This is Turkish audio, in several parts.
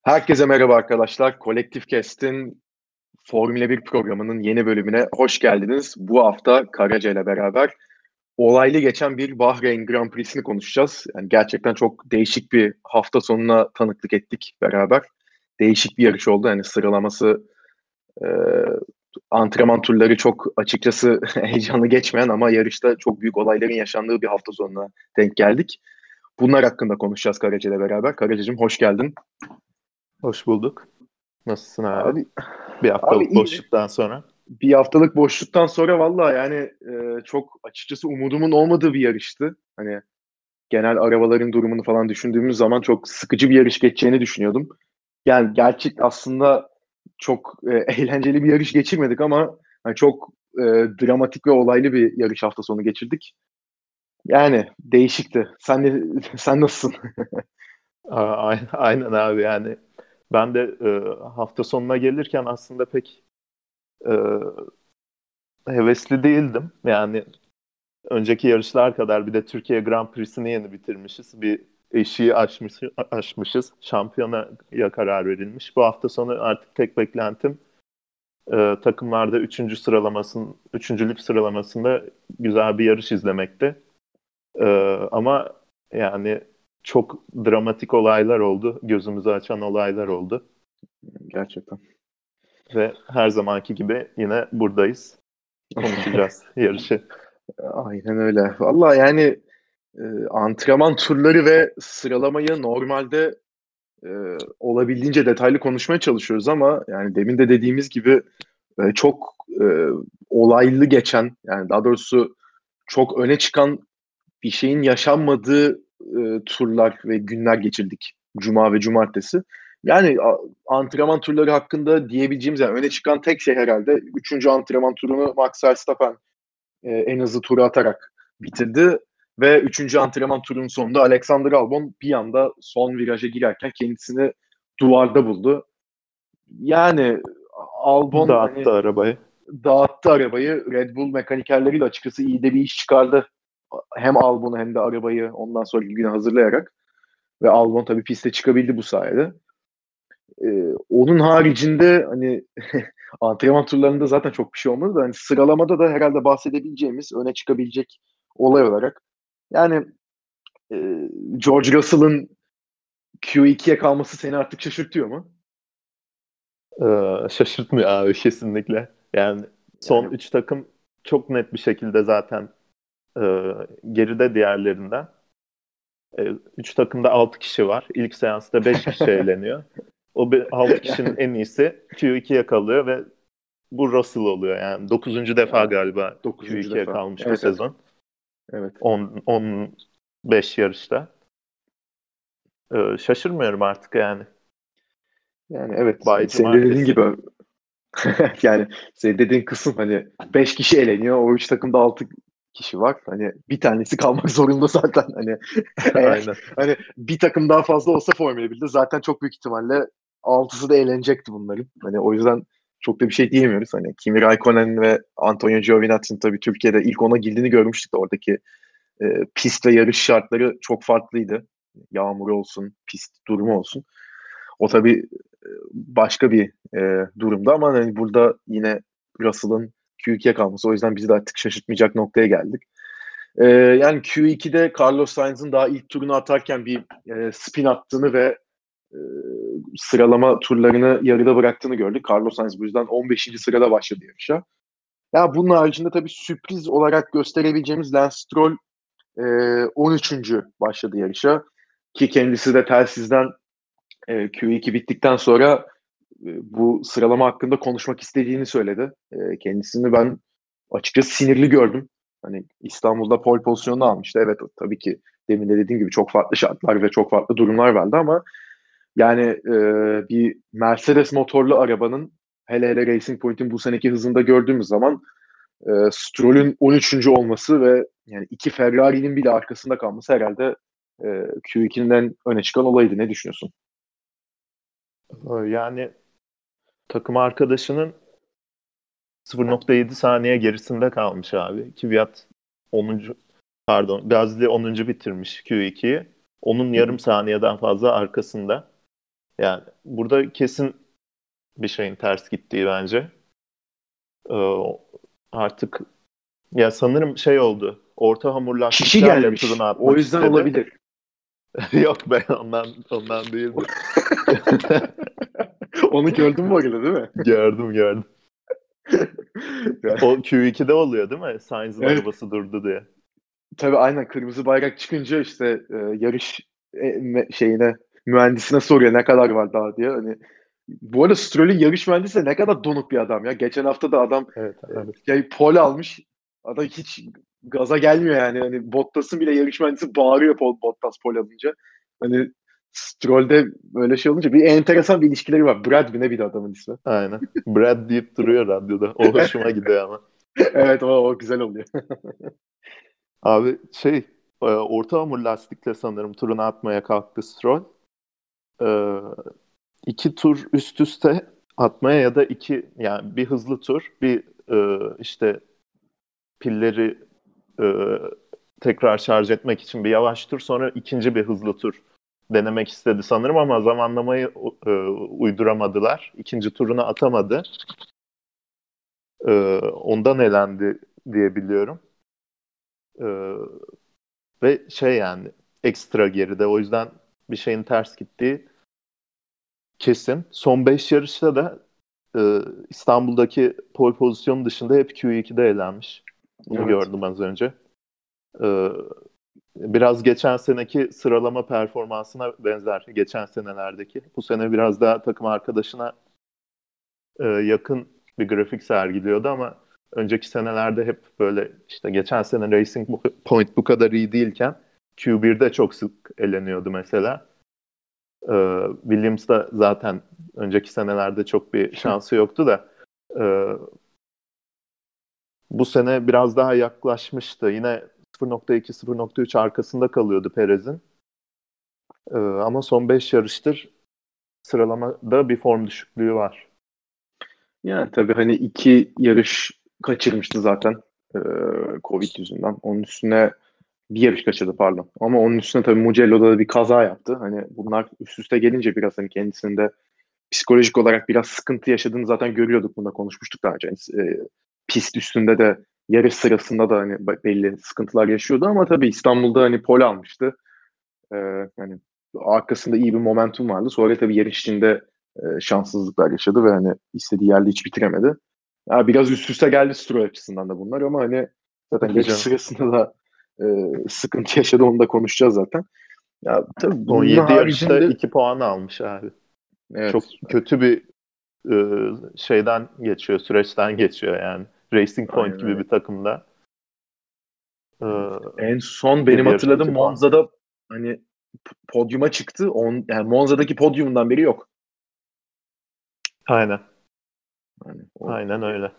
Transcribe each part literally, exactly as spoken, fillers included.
Herkese merhaba arkadaşlar. Kolektif Kest'in Formula bir programının yeni bölümüne hoş geldiniz. Bu hafta Karaca ile beraber olaylı geçen bir Bahreyn Grand Prix'sini konuşacağız. Yani gerçekten çok değişik bir hafta sonuna tanıklık ettik beraber. Değişik bir yarış oldu. Yani sıralaması, e, antrenman turları çok açıkçası heyecanlı geçmeyen ama yarışta çok büyük olayların yaşandığı bir hafta sonuna denk geldik. Bunlar hakkında konuşacağız Karaca ile beraber. Karaca'cığım hoş geldin. Hoş bulduk. Nasılsın abi? Abi, Bir abi haftalık iyi. boşluktan sonra. Bir haftalık boşluktan sonra valla yani e, çok açıkçası umudumun olmadığı bir yarıştı. Hani genel arabaların durumunu falan düşündüğümüz zaman çok sıkıcı bir yarış geçeceğini düşünüyordum. Yani gerçek aslında çok e, eğlenceli bir yarış geçirmedik ama hani çok e, dramatik ve olaylı bir yarış hafta sonu geçirdik. Yani değişikti. Sen de, sen nasılsın? Aa, Aynen, aynen abi yani. Ben de e, hafta sonuna gelirken aslında pek e, hevesli değildim. Yani önceki yarışlar kadar bir de Türkiye Grand Prix'sini yeni bitirmişiz. Bir eşiği aşmış, aşmışız. Şampiyonaya karar verilmiş. Bu hafta sonu artık tek beklentim e, takımlarda üçüncü sıralamasın, üçüncülük sıralamasında güzel bir yarış izlemekti. E, ama yani çok dramatik olaylar oldu. Gözümüzü açan olaylar oldu. Gerçekten. Ve her zamanki gibi yine buradayız. Konuşacağız yarışı. Aynen öyle. Valla yani e, antrenman turları ve sıralamayı normalde e, olabildiğince detaylı konuşmaya çalışıyoruz ama yani demin de dediğimiz gibi e, çok e, olaylı geçen, yani daha doğrusu çok öne çıkan bir şeyin yaşanmadığı e, turlar ve günler geçirdik. Cuma ve cumartesi. Yani a, antrenman turları hakkında diyebileceğimiz, yani öne çıkan tek şey herhalde üçüncü antrenman turunu Max Verstappen e, en hızlı turu atarak bitirdi. Ve üçüncü antrenman turunun sonunda Alexander Albon bir anda son viraja girerken kendisini duvarda buldu. Yani Albon Dağıttı hani arabayı. dağıttı arabayı. Red Bull mekanikerleri de açıkçası iyi de bir iş çıkardı. Hem Albon'u hem de arabayı ondan sonraki güne hazırlayarak. Ve Albon tabii piste çıkabildi bu sayede. Ee, onun haricinde hani antrenman turlarında zaten çok bir şey olmadı da hani sıralamada da herhalde bahsedebileceğimiz, öne çıkabilecek olay olarak yani e, George Russell'ın Q ikiye kalması seni artık şaşırtıyor mu? Ee, şaşırtmıyor abi kesinlikle. Yani son Yani üç takım çok net bir şekilde zaten e, geride diğerlerinden. E, üç takımda altı kişi var. İlk seansta beş kişi eğleniyor. O altı kişinin en iyisi Q ikiye kalıyor ve bu Russell oluyor yani. Dokuzuncu defa galiba dokuzuncu Q ikiye defa. kalmış bu Evet, evet. sezon. Evet. on, on beş yarışta. Ee, şaşırmıyorum artık yani. Yani evet. Bay Senin de dediğin Cumartesi. gibi yani senin dediğin kısım hani beş kişi eleniyor. O üç takımda altı kişi var. Hani bir tanesi kalmak zorunda zaten. Hani eğer Aynen. hani bir takım daha fazla olsa Formula birde zaten çok büyük ihtimalle altısı da eğlenecekti bunların. Hani o yüzden çok da bir şey diyemiyoruz. Hani Kimi Raikkonen ve Antonio Giovinazzi'nin tabii Türkiye'de ilk ona girdiğini görmüştük de oradaki e, pist ve yarış şartları çok farklıydı. Yağmur olsun, pist durumu olsun. O tabii e, başka bir e, durumda ama hani burada yine Russell'ın Q ikiye kalması, o yüzden bizi de artık şaşırtmayacak noktaya geldik. E, yani Q ikide Carlos Sainz'ın daha ilk turunu atarken bir e, spin attığını ve e, sıralama turlarını yarıda bıraktığını gördük. Carlos Sainz bu yüzden on beşinci sırada başladı yarışa. Ya bunun haricinde tabii sürpriz olarak gösterebileceğimiz Lance Stroll e, on üçüncü başladı yarışa. Ki kendisi de telsizden e, Q iki bittikten sonra e, bu sıralama hakkında konuşmak istediğini söyledi. E, kendisini ben açıkçası sinirli gördüm. Hani İstanbul'da pole pozisyonunu almıştı. Evet, tabii ki demin de dediğim gibi çok farklı şartlar ve çok farklı durumlar vardı ama yani e, bir Mercedes motorlu arabanın, hele hele Racing Point'in bu seneki hızında gördüğümüz zaman e, Stroll'ün on üçüncü olması ve yani iki Ferrari'nin bile arkasında kalması herhalde e, Q ikiden öne çıkan olaydı. Ne düşünüyorsun? Ee, Yani takım arkadaşının sıfır nokta yedi saniye gerisinde kalmış abi. Kvyat onuncu pardon Gasly onuncu bitirmiş Q ikiyi. Onun yarım saniyeden fazla arkasında. Yani burada kesin bir şeyin ters gittiği bence. Ee, artık ya sanırım şey oldu. Orta hamur Kişi lastiklerle turunu gelmiş. O atmak yüzden istedi. olabilir. Yok be, ondan ondan değildi. Onu gördün mü orada, değil mi? Gördüm gördüm. O Q iki'de oluyor değil mi? Sainz'in Evet. arabası durdu diye. Tabii aynen, kırmızı bayrak çıkınca işte e, yarış e, me- şeyine, mühendisine soruyor ne kadar var daha diye. Hani bu arada Stroll'ün yarış mühendisi de ne kadar donuk bir adam ya. Geçen hafta da adam Evet e, abi. şey, pole almış. Adam hiç gaza gelmiyor yani. Hani Bottas'ın bile yarış mühendisi bağırıyor Paul Bottas pole alınca. Hani Stroll'de böyle şey olunca bir enteresan bir ilişkileri var. Brad mi ne bir de adamın ismi. Aynen. Brad deyip duruyor radyoda. O hoşuma gidiyor ama. Evet, o, o güzel oluyor. Abi şey e, orta hamur lastikle sanırım turunu atmaya kalktı Stroll. Ee, iki tur üst üste atmaya ya da iki yani bir hızlı tur bir e, işte pilleri e, tekrar şarj etmek için bir yavaş tur sonra ikinci bir hızlı tur denemek istedi sanırım ama zamanlamayı e, uyduramadılar. İkinci turunu atamadı. E, ondan elendi diye biliyorum. E, ve şey yani ekstra geride, o yüzden bir şeyin ters gittiği kesin. Son beş yarışta da e, İstanbul'daki pole pozisyonu dışında hep Q iki'de elenmiş. Bunu Evet. gördüm az önce. E, biraz geçen seneki sıralama performansına benzer. Geçen senelerdeki. Bu sene biraz daha takım arkadaşına e, yakın bir grafik sergiliyordu ama önceki senelerde hep böyle işte geçen sene Racing Point bu kadar iyi değilken Q bir'de çok sık eleniyordu mesela. Ee, Williams da zaten önceki senelerde çok bir şansı yoktu da e, bu sene biraz daha yaklaşmıştı. Yine sıfır nokta iki sıfır nokta üç arkasında kalıyordu Perez'in. Ee, ama son beş yarıştır sıralamada bir form düşüklüğü var. Yani tabii hani iki yarış kaçırmıştı zaten e, Covid yüzünden. Onun üstüne bir yarış kaçırdı, pardon. Ama onun üstüne tabii Mugello'da da bir kaza yaptı. Hani bunlar üst üste gelince biraz hani kendisinde psikolojik olarak biraz sıkıntı yaşadığını zaten görüyorduk. Bunda konuşmuştuk daha önce. Yani, e, pist üstünde de yarış sırasında da hani belli sıkıntılar yaşıyordu ama tabii İstanbul'da hani pole almıştı. E, hani arkasında iyi bir momentum vardı. Sonra tabii yarış içinde e, şanssızlıklar yaşadı ve hani istediği yerde hiç bitiremedi. Ya biraz üst üste geldi Stroll açısından da bunlar ama hani zaten Tabii yarış canım. sırasında da e, sıkıntı yaşadı, onu da konuşacağız zaten. Ya tabii Son bunun yedi yarışta haricinde iki puan almış abi. Çok evet, kötü bir e, şeyden geçiyor, süreçten geçiyor yani. Racing Point aynen gibi öyle. bir takımda e, En son benim yedi yarışta hatırladığım iki puan. Monza'da hani p- podyuma çıktı. On, yani Monza'daki podyumundan beri yok. Aynen. Yani, o, Aynen öyle.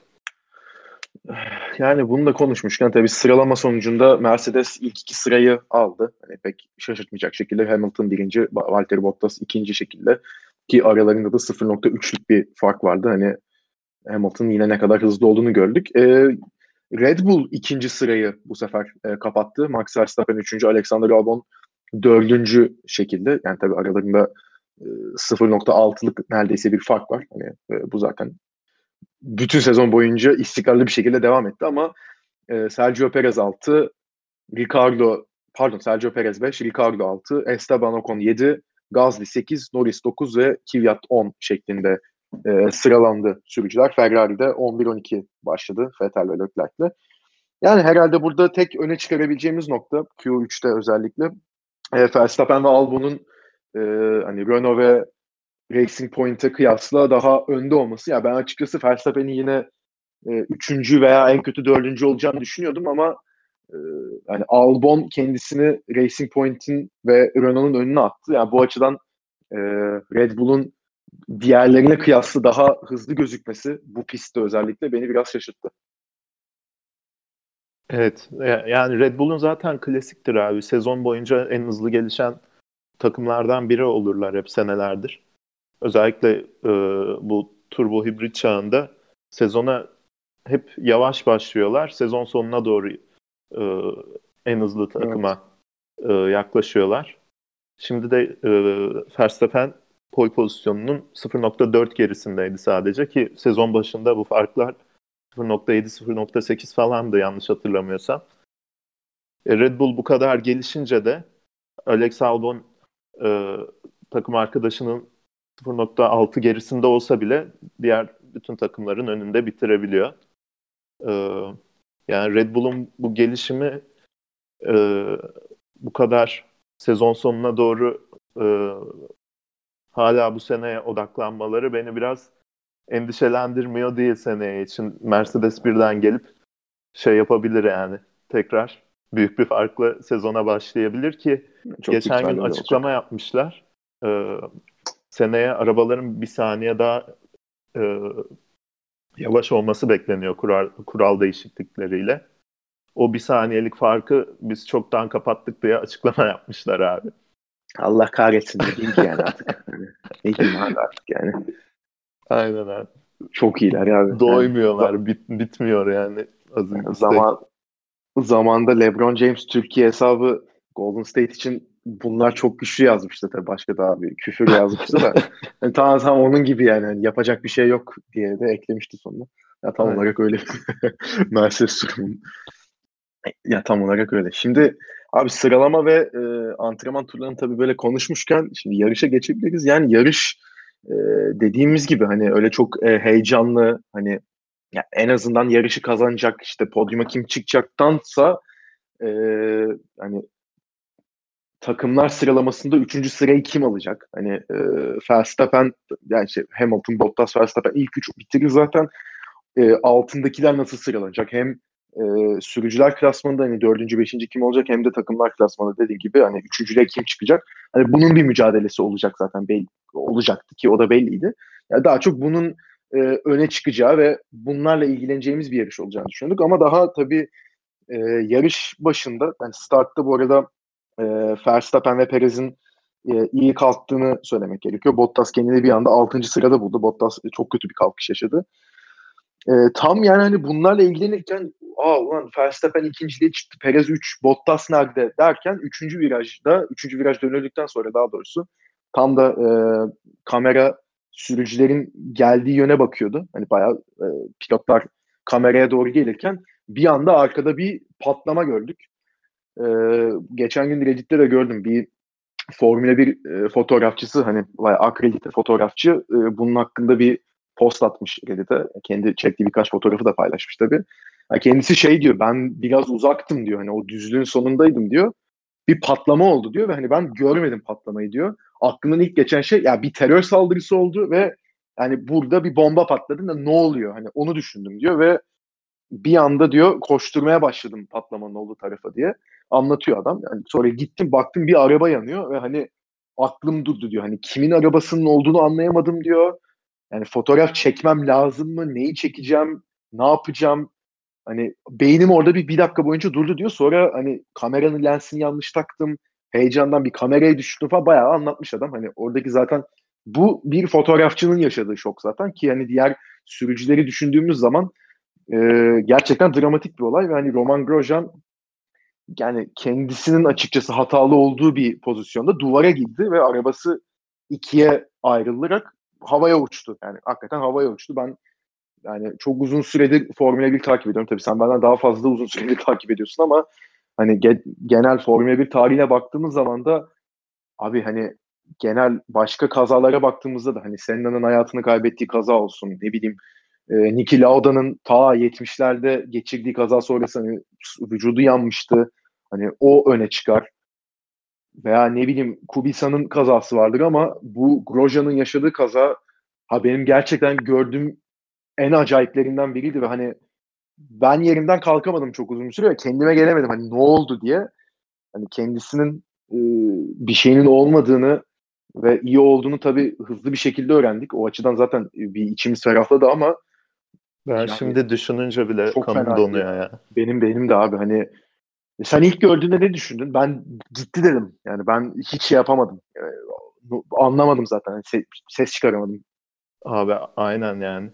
yani bunu da konuşmuşken tabii sıralama sonucunda Mercedes ilk iki sırayı aldı. Hani pek şaşırtmayacak şekilde Hamilton birinci, Valtteri Bottas ikinci şekilde, ki aralarında da sıfır nokta üçlük bir fark vardı. Hani Hamilton'ın yine ne kadar hızlı olduğunu gördük. Ee, Red Bull ikinci sırayı bu sefer e, kapattı. Max Verstappen üçüncü, Alexander Albon dördüncü şekilde. Yani tabii aralarında e, sıfır nokta altılık neredeyse bir fark var. Hani e, bu zaten bütün sezon boyunca istikrarlı bir şekilde devam etti ama e, Sergio Perez altı, Ricardo pardon Sergio Perez beş, Ricardo altı, Esteban Ocon yedi, Gasly sekiz, Norris dokuz ve Kvyat on şeklinde e, sıralandı sürücüler. Ferrari'de on bir on iki başladı Vettel ve Leclerc'le. Yani herhalde burada tek öne çıkarabileceğimiz nokta Q üçte özellikle e, Verstappen ve Albon'un e, hani Renault ve Racing Point'e kıyasla daha önde olması. Ya yani ben açıkçası Verstappen'in yine e, üçüncü veya en kötü dördüncü olacağını düşünüyordum ama e, yani Albon kendisini Racing Point'in ve Renault'un önüne attı. Yani bu açıdan e, Red Bull'un diğerlerine kıyasla daha hızlı gözükmesi bu pistte özellikle beni biraz şaşırttı. Evet, ya- yani Red Bull'un zaten klasiktir abi. Sezon boyunca en hızlı gelişen takımlardan biri olurlar hep senelerdir. Özellikle e, bu turbo hibrit çağında sezona hep yavaş başlıyorlar. Sezon sonuna doğru e, en hızlı Evet. takıma e, yaklaşıyorlar. Şimdi de e, Verstappen pole pozisyonunun sıfır nokta dört gerisindeydi sadece ki sezon başında bu farklar sıfır nokta yedi sıfır nokta sekiz falandı yanlış hatırlamıyorsam. E, Red Bull bu kadar gelişince de Alex Albon e, takım arkadaşının sıfır nokta altı gerisinde olsa bile diğer bütün takımların önünde bitirebiliyor. E, Yani Red Bull'un bu gelişimi e, bu kadar sezon sonuna doğru e, hala bu seneye odaklanmaları beni biraz endişelendirmiyor değil seneye için. Mercedes birden gelip şey yapabilir yani tekrar büyük bir farklı sezona başlayabilir ki Çok büyük geçen gün ihtimalle öyle açıklama olacak. yapmışlar. Ee, seneye arabaların bir saniye daha e, yavaş olması bekleniyor kural, kural değişiklikleriyle. O bir saniyelik farkı biz çoktan kapattık diye açıklama yapmışlar abi. Allah kahretsin ne diyeyim ki yani artık. Hani, ne diyeyim abi artık yani. Aynen abi. Çok iyiler abi. Yani, Doymuyorlar, bit, bitmiyor yani azim za- istek. zaman zamanda LeBron James Türkiye hesabı Golden State için bunlar çok güçlü yazmıştı tabii, başka da bir küfür yazmıştı da. Yani tamam tam onun gibi yani. Hani yapacak bir şey yok diye de eklemişti sonuna. Ya tam Aynen. olarak öyle. Mercedes durumu. Ya tam olarak öyle. Şimdi abi sıralama ve e, antrenman turlarını tabii böyle konuşmuşken şimdi yarışa geçebiliriz. Yani yarış e, dediğimiz gibi hani öyle çok e, heyecanlı, hani ya en azından yarışı kazanacak, işte podyuma kim çıkacaktansa e, hani takımlar sıralamasında üçüncü sırayı kim alacak? Hani e, Verstappen, yani şey, Hamilton, Bottas, Verstappen ilk üç bitirir zaten. E, altındakiler nasıl sıralanacak? Hem e, sürücüler klasmanında hani dördüncü, beşinci kim olacak, hem de takımlar klasmanında dediğim gibi hani üçüncüye kim çıkacak? Hani bunun bir mücadelesi olacak zaten, belli olacaktı ki o da belliydi. Yani daha çok bunun e, öne çıkacağı ve bunlarla ilgileneceğimiz bir yarış olacağını düşünüyorduk ama daha tabii e, yarış başında, yani startta bu arada e, Verstappen ve Perez'in e, iyi kalktığını söylemek gerekiyor. Bottas kendini bir anda altıncı sırada buldu. Bottas e, çok kötü bir kalkış yaşadı. E, tam yani hani bunlarla ilgilenirken aa ulan Verstappen ikinciliğe çıktı, Perez üç, Bottas nerede derken üçüncü virajda, üçüncü viraj dönüldükten sonra daha doğrusu tam da e, kamera sürücülerin geldiği yöne bakıyordu. Hani bayağı e, pilotlar kameraya doğru gelirken bir anda arkada bir patlama gördük. E, geçen gün Reddit'te de gördüm, bir Formula bir e, fotoğrafçısı, hani bayağı akredite fotoğrafçı e, bunun hakkında bir post atmış Reddit'e. Kendi çektiği birkaç fotoğrafı da paylaşmış tabii. Yani kendisi şey diyor, ben biraz uzaktım diyor, hani o düzlüğün sonundaydım diyor. Bir patlama oldu diyor ve hani ben görmedim patlamayı diyor. Aklımdan ilk geçen şey ya bir terör saldırısı oldu ve yani burada bir bomba patladı da ne oluyor, hani onu düşündüm diyor ve bir anda diyor koşturmaya başladım patlamanın olduğu tarafa diye anlatıyor adam. Yani sonra gittim baktım bir araba yanıyor ve hani aklım durdu diyor. Hani kimin arabasının olduğunu anlayamadım diyor. Yani fotoğraf çekmem lazım mı? Neyi çekeceğim? Ne yapacağım? Hani beynim orada bir, bir dakika boyunca durdu diyor. Sonra hani kameranın lensini yanlış taktım. Heyecandan bir kameraya düştüm falan, bayağı anlatmış adam. Hani oradaki zaten bu bir fotoğrafçının yaşadığı şok zaten, ki hani diğer sürücüleri düşündüğümüz zaman e, gerçekten dramatik bir olay ve hani Roman Grosjean yani kendisinin açıkçası hatalı olduğu bir pozisyonda duvara girdi ve arabası ikiye ayrılarak havaya uçtu. Yani hakikaten havaya uçtu. Ben yani çok uzun süredir Formula bir takip ediyorum. Tabii sen benden daha fazla uzun süredir takip ediyorsun ama hani ge- genel Formula bir tarihine baktığımız zaman da abi hani genel başka kazalara baktığımızda da hani Senna'nın hayatını kaybettiği kaza olsun, ne bileyim e, Niki Lauda'nın ta yetmişlerde geçirdiği kaza sonrası hani vücudu yanmıştı. Hani o öne çıkar. Veya ne bileyim Kubica'nın kazası vardır ama bu Grosjean'ın yaşadığı kaza ha benim gerçekten gördüğüm en acayiplerinden biriydi ve hani ben yerimden kalkamadım çok uzun bir süre ve kendime gelemedim hani ne oldu diye. Hani kendisinin e, bir şeyinin olmadığını ve iyi olduğunu tabii hızlı bir şekilde öğrendik. O açıdan zaten bir içimiz ferahladı ama Ben yani şimdi düşününce bile çok kanım fenaydı donuyor ya. ya. Benim benim de abi hani sen ilk gördüğünde ne düşündün? Ben gitti dedim. Yani ben hiç şey yapamadım. Ee, anlamadım zaten. Yani se- ses çıkaramadım. Abi aynen yani.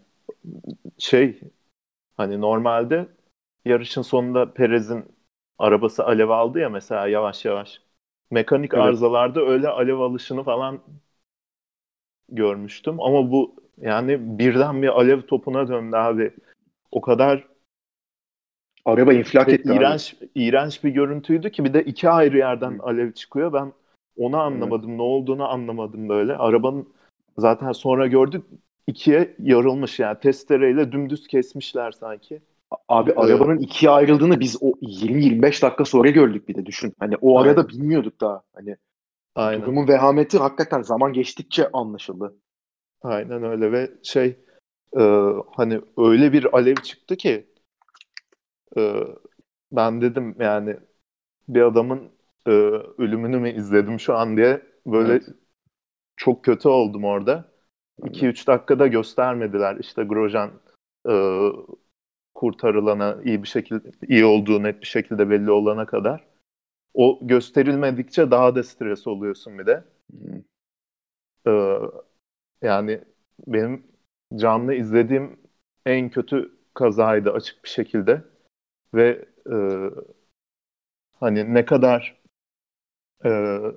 Şey hani normalde yarışın sonunda Perez'in arabası alev aldı ya mesela yavaş yavaş. Mekanik Evet. arızalarda öyle alev alışını falan görmüştüm ama bu yani birden bir alev topuna döndü abi. O kadar Araba infilak şey, etti abi. iğrenç iğrenç bir görüntüydü ki bir de iki ayrı yerden Hı. alev çıkıyor. Ben onu Evet. anlamadım. Ne olduğunu anlamadım böyle. Arabanın zaten sonra gördük ikiye yarılmış yani testereyle dümdüz kesmişler sanki. Abi Ee, arabanın ikiye ayrıldığını biz o yirmi yirmi beş dakika sonra gördük bir de düşün. Hani o arada aynen. bilmiyorduk daha. Hani Aynen. durumun vehameti hakikaten zaman geçtikçe anlaşıldı. Aynen öyle ve şey e, hani öyle bir alev çıktı ki e, ben dedim yani bir adamın e, ölümünü mü izledim şu an diye böyle Evet. çok kötü oldum orada. Ben de. iki üç dakikada göstermediler işte Grosjean e, kurtarılana iyi bir şekilde iyi olduğu net bir şekilde belli olana kadar. O gösterilmedikçe daha da stres oluyorsun bir de. Hı. E, Yani benim canlı izlediğim en kötü kazaydı açık bir şekilde ve e, hani ne kadar e,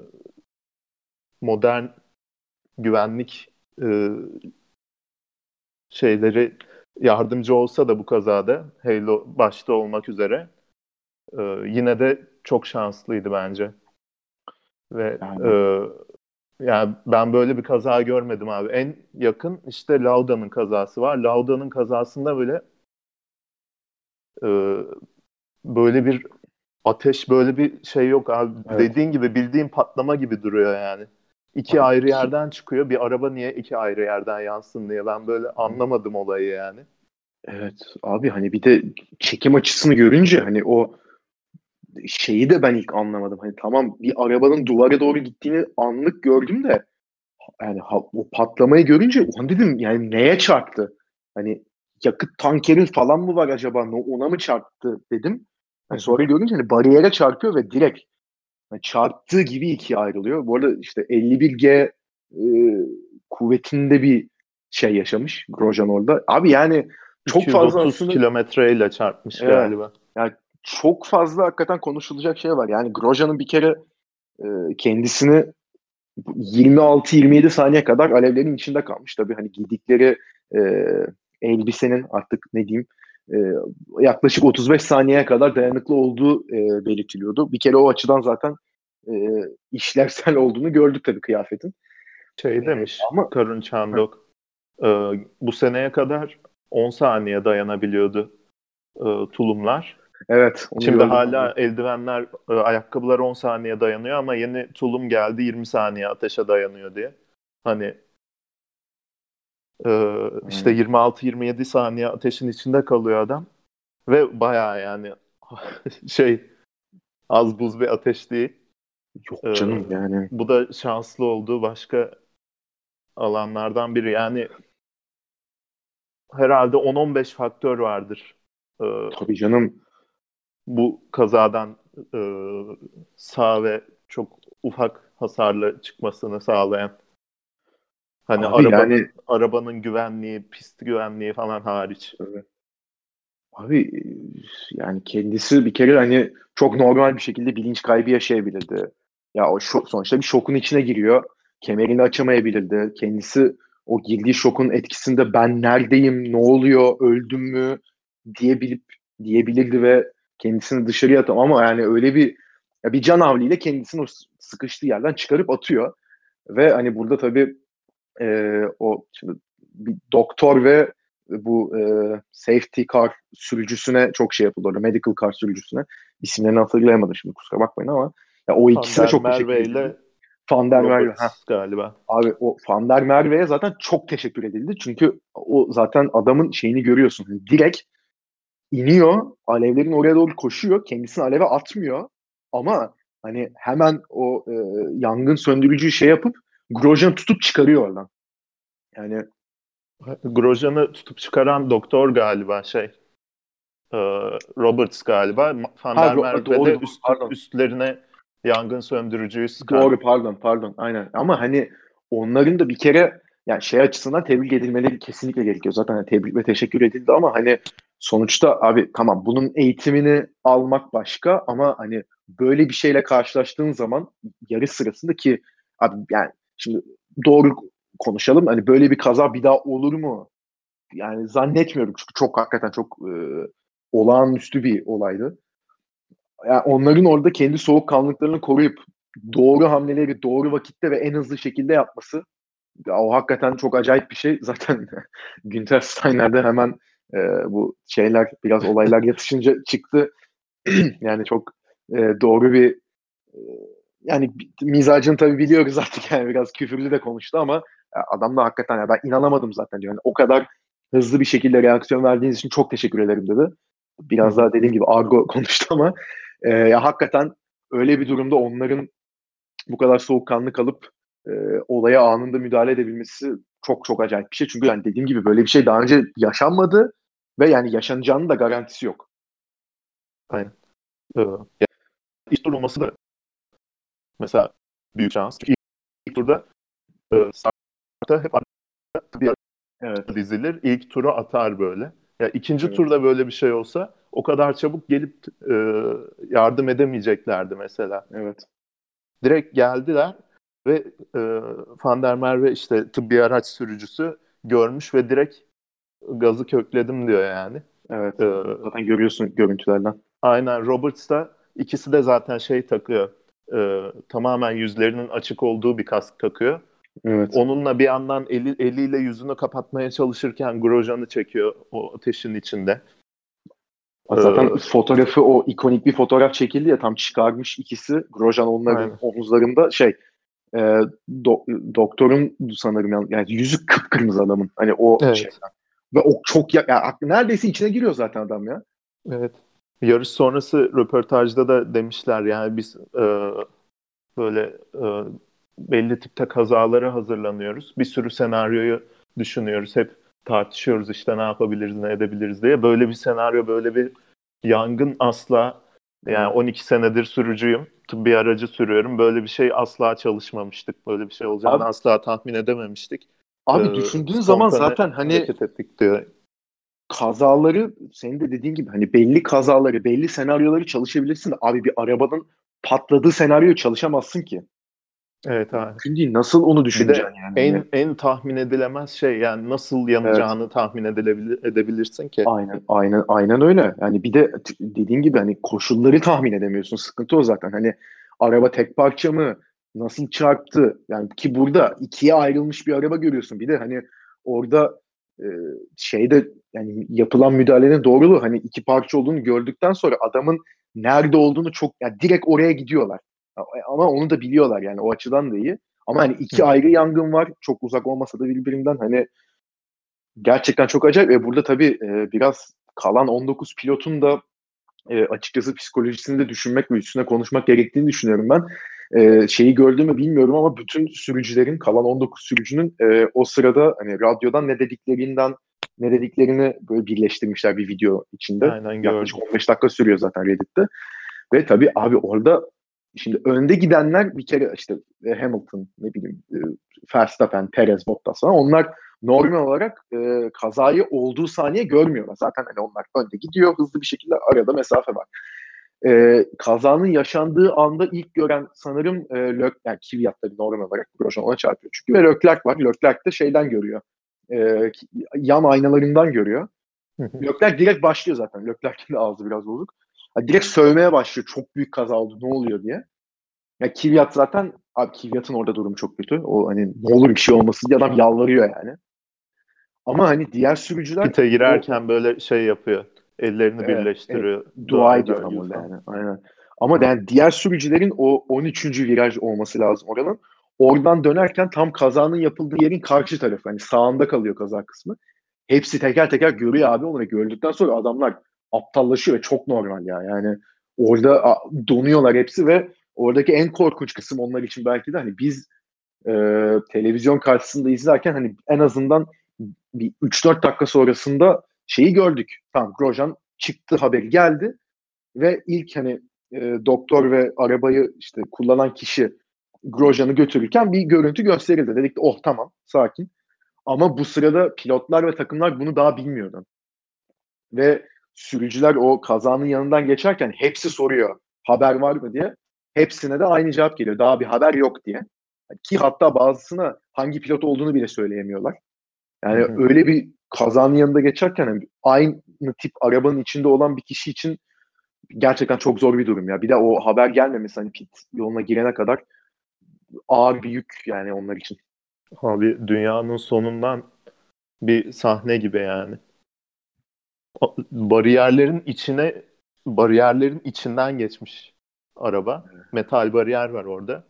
modern güvenlik e, şeyleri yardımcı olsa da bu kazada Halo başta olmak üzere e, yine de çok şanslıydı bence ve e, Yani yani ben böyle bir kaza görmedim abi. En yakın işte Lauda'nın kazası var. Lauda'nın kazasında böyle e, böyle bir ateş böyle bir şey yok abi. evet. Dediğin gibi bildiğin patlama gibi duruyor yani. İki Abi ayrı iki, yerden çıkıyor. Bir araba niye iki ayrı yerden yansın diye. Ben böyle anlamadım olayı yani. evet abi hani bir de çekim açısını görünce hani o şeyi de ben ilk anlamadım. Hani tamam bir arabanın duvara doğru gittiğini anlık gördüm de yani ha, o patlamayı görünce ulan dedim yani neye çarptı? Hani yakıt tankerin falan mı var acaba? No- Ona mı çarptı dedim. Hı Yani hı. sonra görünce hani bariyere çarpıyor ve direkt yani çarptığı gibi ikiye ayrılıyor. Bu arada işte elli bir G e, kuvvetinde bir şey yaşamış Grosjean orada. Abi yani çok fazla iki yüz otuz aslında kilometreyle çarpmış evet, galiba. yani çok fazla hakikaten konuşulacak şey var. Yani Grosjean'ın bir kere e, kendisini yirmi altı yirmi yedi saniye kadar alevlerin içinde kalmış. Tabii hani giydikleri e, elbisenin artık ne diyeyim e, yaklaşık otuz beş saniyeye kadar dayanıklı olduğu e, belirtiliyordu. Bir kere o açıdan zaten e, işlevsel olduğunu gördük tabii kıyafetin. Şey E, demiş ama Karun Heh, Çandok. e, Bu seneye kadar on saniye dayanabiliyordu e, tulumlar. evet onu Şimdi gördüm ben de. hala eldivenler, e, ayakkabılar on saniye dayanıyor ama yeni tulum geldi yirmi saniye ateşe dayanıyor diye. Hani e, işte Hmm. yirmi altı yirmi yedi saniye ateşin içinde kalıyor adam ve bayağı yani şey az buz bir ateş değil. Yok E, canım yani Bu da şanslı olduğu başka alanlardan biri. Yani herhalde on on beş faktör vardır. E, tabii canım. Bu kazadan e, sağ ve çok ufak hasarla çıkmasını sağlayan. Hani Abi yani arabanın arabanın güvenliği, pist güvenliği falan hariç. evet. Abi e, yani kendisi bir kere hani çok normal bir şekilde bilinç kaybı yaşayabilirdi. Ya o şok, sonuçta bir şokun içine giriyor. Kemerini açamayabilirdi. Kendisi o girdiği şokun etkisinde ben neredeyim, ne oluyor, öldüm mü diyebilip diyebilirdi ve kendisini dışarıya atam ama yani öyle bir ya bir can havliyle kendisini o sıkıştığı yerden çıkarıp atıyor. Ve hani burada tabii e, o şimdi bir doktor ve bu e, safety car sürücüsüne çok şey yapıldı orada. Medical car sürücüsüne. İsimlerini hatırlayamadım şimdi kusura bakmayın ama ya o Van ikisine der çok teşekkür Merwe edildi. ile Van der Merwe. Ha. Roberts galiba. Abi o Van der Merwe'ye zaten çok teşekkür edildi. Çünkü o zaten adamın şeyini görüyorsun. Hani direkt iniyor. Alevlerin oraya doğru koşuyor. Kendisini aleve atmıyor. Ama hani hemen o e, yangın söndürücüyü şey yapıp Grosjean'ı tutup çıkarıyor oradan. Yani Grosjean'ı tutup çıkaran doktor galiba şey e, Roberts galiba. Van ha der ro- Merwe doğru de doğru üstü, pardon. üstlerine yangın söndürücüyü sıkan. Doğru pardon pardon aynen. Ama hani onların da bir kere yani şey açısından tebrik edilmeleri kesinlikle gerekiyor. Zaten hani tebrik ve teşekkür edildi ama hani sonuçta abi tamam bunun eğitimini almak başka ama hani böyle bir şeyle karşılaştığın zaman yarış sırasında ki abi yani şimdi doğru konuşalım. Hani böyle bir kaza bir daha olur mu? Yani zannetmiyorum çünkü çok hakikaten çok e, olağanüstü bir olaydı. Yani onların orada kendi soğukkanlılıklarını koruyup doğru hamleleri doğru vakitte ve en hızlı şekilde yapması, ya o hakikaten çok acayip bir şey. Zaten Günter Steiner'de hemen e, bu şeyler biraz olaylar yatışınca çıktı. Yani çok e, doğru bir e, yani mizacını tabii biliyoruz artık, yani biraz küfürlü de konuştu ama ya adam da hakikaten ya ben inanamadım zaten diyor. Yani o kadar hızlı bir şekilde reaksiyon verdiğiniz için çok teşekkür ederim dedi. Biraz daha dediğim gibi argo konuştu ama e, ya hakikaten öyle bir durumda onların bu kadar soğukkanlı kalıp e, olaya anında müdahale edebilmesi çok çok acayip bir şey. Çünkü yani dediğim gibi böyle bir şey daha önce yaşanmadı ve yani yaşanacağının da garantisi yok. Aynen. Ee, yani ilk tur olması da mesela büyük şans. Çünkü ilk turda e, startta hep bir Evet. dizilir. İlk turu atar böyle. Ya ikinci Evet. turda böyle bir şey olsa o kadar çabuk gelip e, yardım edemeyeceklerdi mesela. Evet. Direkt geldiler ve e, Van der Merwe işte tıbbi araç sürücüsü görmüş ve direkt gazı kökledim diyor yani. Evet. E, Zaten görüyorsun görüntülerden. aynen Roberts da ikisi de zaten şey takıyor. E, tamamen yüzlerinin açık olduğu bir kask takıyor. Evet. Onunla bir yandan eli, eliyle yüzünü kapatmaya çalışırken Grosjean'ı çekiyor o ateşin içinde. Zaten Ee, fotoğrafı, o ikonik bir fotoğraf çekildi ya, tam çıkarmış ikisi. Grosjean onların aynen. omuzlarında şey e, do- doktorun sanırım yani, yani yüzü kıpkırmızı adamın. Hani o şey. Evet. Ve o çok ya, ya neredeyse içine giriyor zaten adam ya. Evet. Yarış sonrası röportajda da demişler yani biz e, böyle e, belli tipte kazalara hazırlanıyoruz. Bir sürü senaryoyu düşünüyoruz. Hep tartışıyoruz işte ne yapabiliriz, ne edebiliriz diye. Böyle bir senaryo, böyle bir yangın asla, yani Evet. on iki senedir sürücüyüm. Tıbbi aracı sürüyorum. Böyle bir şey asla çalışmamıştık. Böyle bir şey olacağını Abi, asla tahmin edememiştik. abi Ee, düşündüğün zaman spontane zaten hani hareket ettik diyor. kazaları, senin de dediğin gibi hani belli kazaları, belli senaryoları çalışabilirsin de abi bir arabanın patladığı senaryoyu çalışamazsın ki. Evet abi. Mümkün değil. Nasıl onu Bir düşüneceksin de yani hani. en en tahmin edilemez şey, yani nasıl Evet. yanacağını tahmin edilebilir, edebilirsin ki? Aynen, aynen, aynen öyle. Yani bir de t- dediğin gibi hani koşulları tahmin edemiyorsun. Sıkıntı o zaten. Hani araba tek parça mı? Nasıl çarptı? Yani ki burada ikiye ayrılmış bir araba görüyorsun. Bir de hani orada e, şeyde yani yapılan müdahalenin doğruluğu, hani iki parça olduğunu gördükten sonra adamın nerede olduğunu çok yani direkt oraya gidiyorlar. Ama onu da biliyorlar yani, o açıdan da iyi. Ama hani iki Hı. ayrı yangın var. Çok uzak olmasa da birbirinden, hani gerçekten çok acayip. Ve burada tabii e, biraz kalan on dokuz pilotun da e, açıkçası psikolojisini de düşünmek ve üstüne konuşmak gerektiğini düşünüyorum ben. E, şeyi gördün mü bilmiyorum ama bütün sürücülerin, kalan on dokuz sürücünün e, o sırada hani radyodan ne dediklerinden ne dediklerini böyle birleştirmişler bir video içinde. Aynen Yaklaşık gördüm. on beş dakika sürüyor zaten Reddit'te. Ve tabii abi orada şimdi önde gidenler bir kere işte e, Hamilton, ne bileyim e, Verstappen, Perez, Bottas falan, onlar normal olarak e, kazayı olduğu saniye görmüyorlar. Zaten hani onlar önde gidiyor hızlı bir şekilde, arada mesafe var. E, kazanın yaşandığı anda ilk gören sanırım e, Lök, yani Kvyat tabii normal olarak Grosjean ona çarpıyor. Çünkü ve Leclerc var. Leclerc de şeyden görüyor. E, yan aynalarından görüyor. Hı hı. Leclerc direkt başlıyor zaten. Leclerc'in de ağzı biraz bozuk. Ha, direkt sövmeye başlıyor. Çok büyük kaza oldu, ne oluyor diye. Ya Kvyat zaten, abi Kvyat'ın orada durumu çok kötü. O hani ne olur bir şey olmasın diye adam yalvarıyor yani. Ama hani diğer sürücüler Pite o, girerken böyle şey yapıyor. Ellerini evet, evet, birleştiriyor. dua Dua ediyor eder adam gibi orada falan. yani. Aynen. Ama yani diğer sürücülerin o on üçüncü viraj olması lazım oranın. Oradan dönerken tam kazanın yapıldığı yerin karşı tarafı. Hani sağında kalıyor kaza kısmı. Hepsi teker teker görüyor abi onu ve gördükten sonra adamlar aptallaşıyor ve çok normal ya. Yani orada a, donuyorlar hepsi ve oradaki en korkunç kısım onlar için belki de hani biz e, televizyon karşısında izlerken hani en azından bir üç dört dakika sonrasında şeyi gördük. Tamam, Grosjean çıktı haberi geldi ve ilk hani e, doktor ve arabayı işte kullanan kişi Grosjean'ı götürürken bir görüntü gösterildi. Dedik ki oh tamam, sakin. Ama bu sırada pilotlar ve takımlar bunu daha bilmiyordu. Ve sürücüler o kazanın yanından geçerken hepsi soruyor haber var mı diye. Hepsine de aynı cevap geliyor. Daha bir haber yok diye. Ki hatta bazısına hangi pilot olduğunu bile söyleyemiyorlar. Yani Hı hı. öyle bir kazanın yanında geçerken hani aynı tip arabanın içinde olan bir kişi için gerçekten çok zor bir durum ya. Bir de o haber gelmemesi hani pit yoluna girene kadar ağır bir yük yani onlar için. Abi dünyanın sonundan bir sahne gibi yani. O- Bariyerlerin içine bariyerlerin içinden geçmiş araba. Metal bariyer var orada.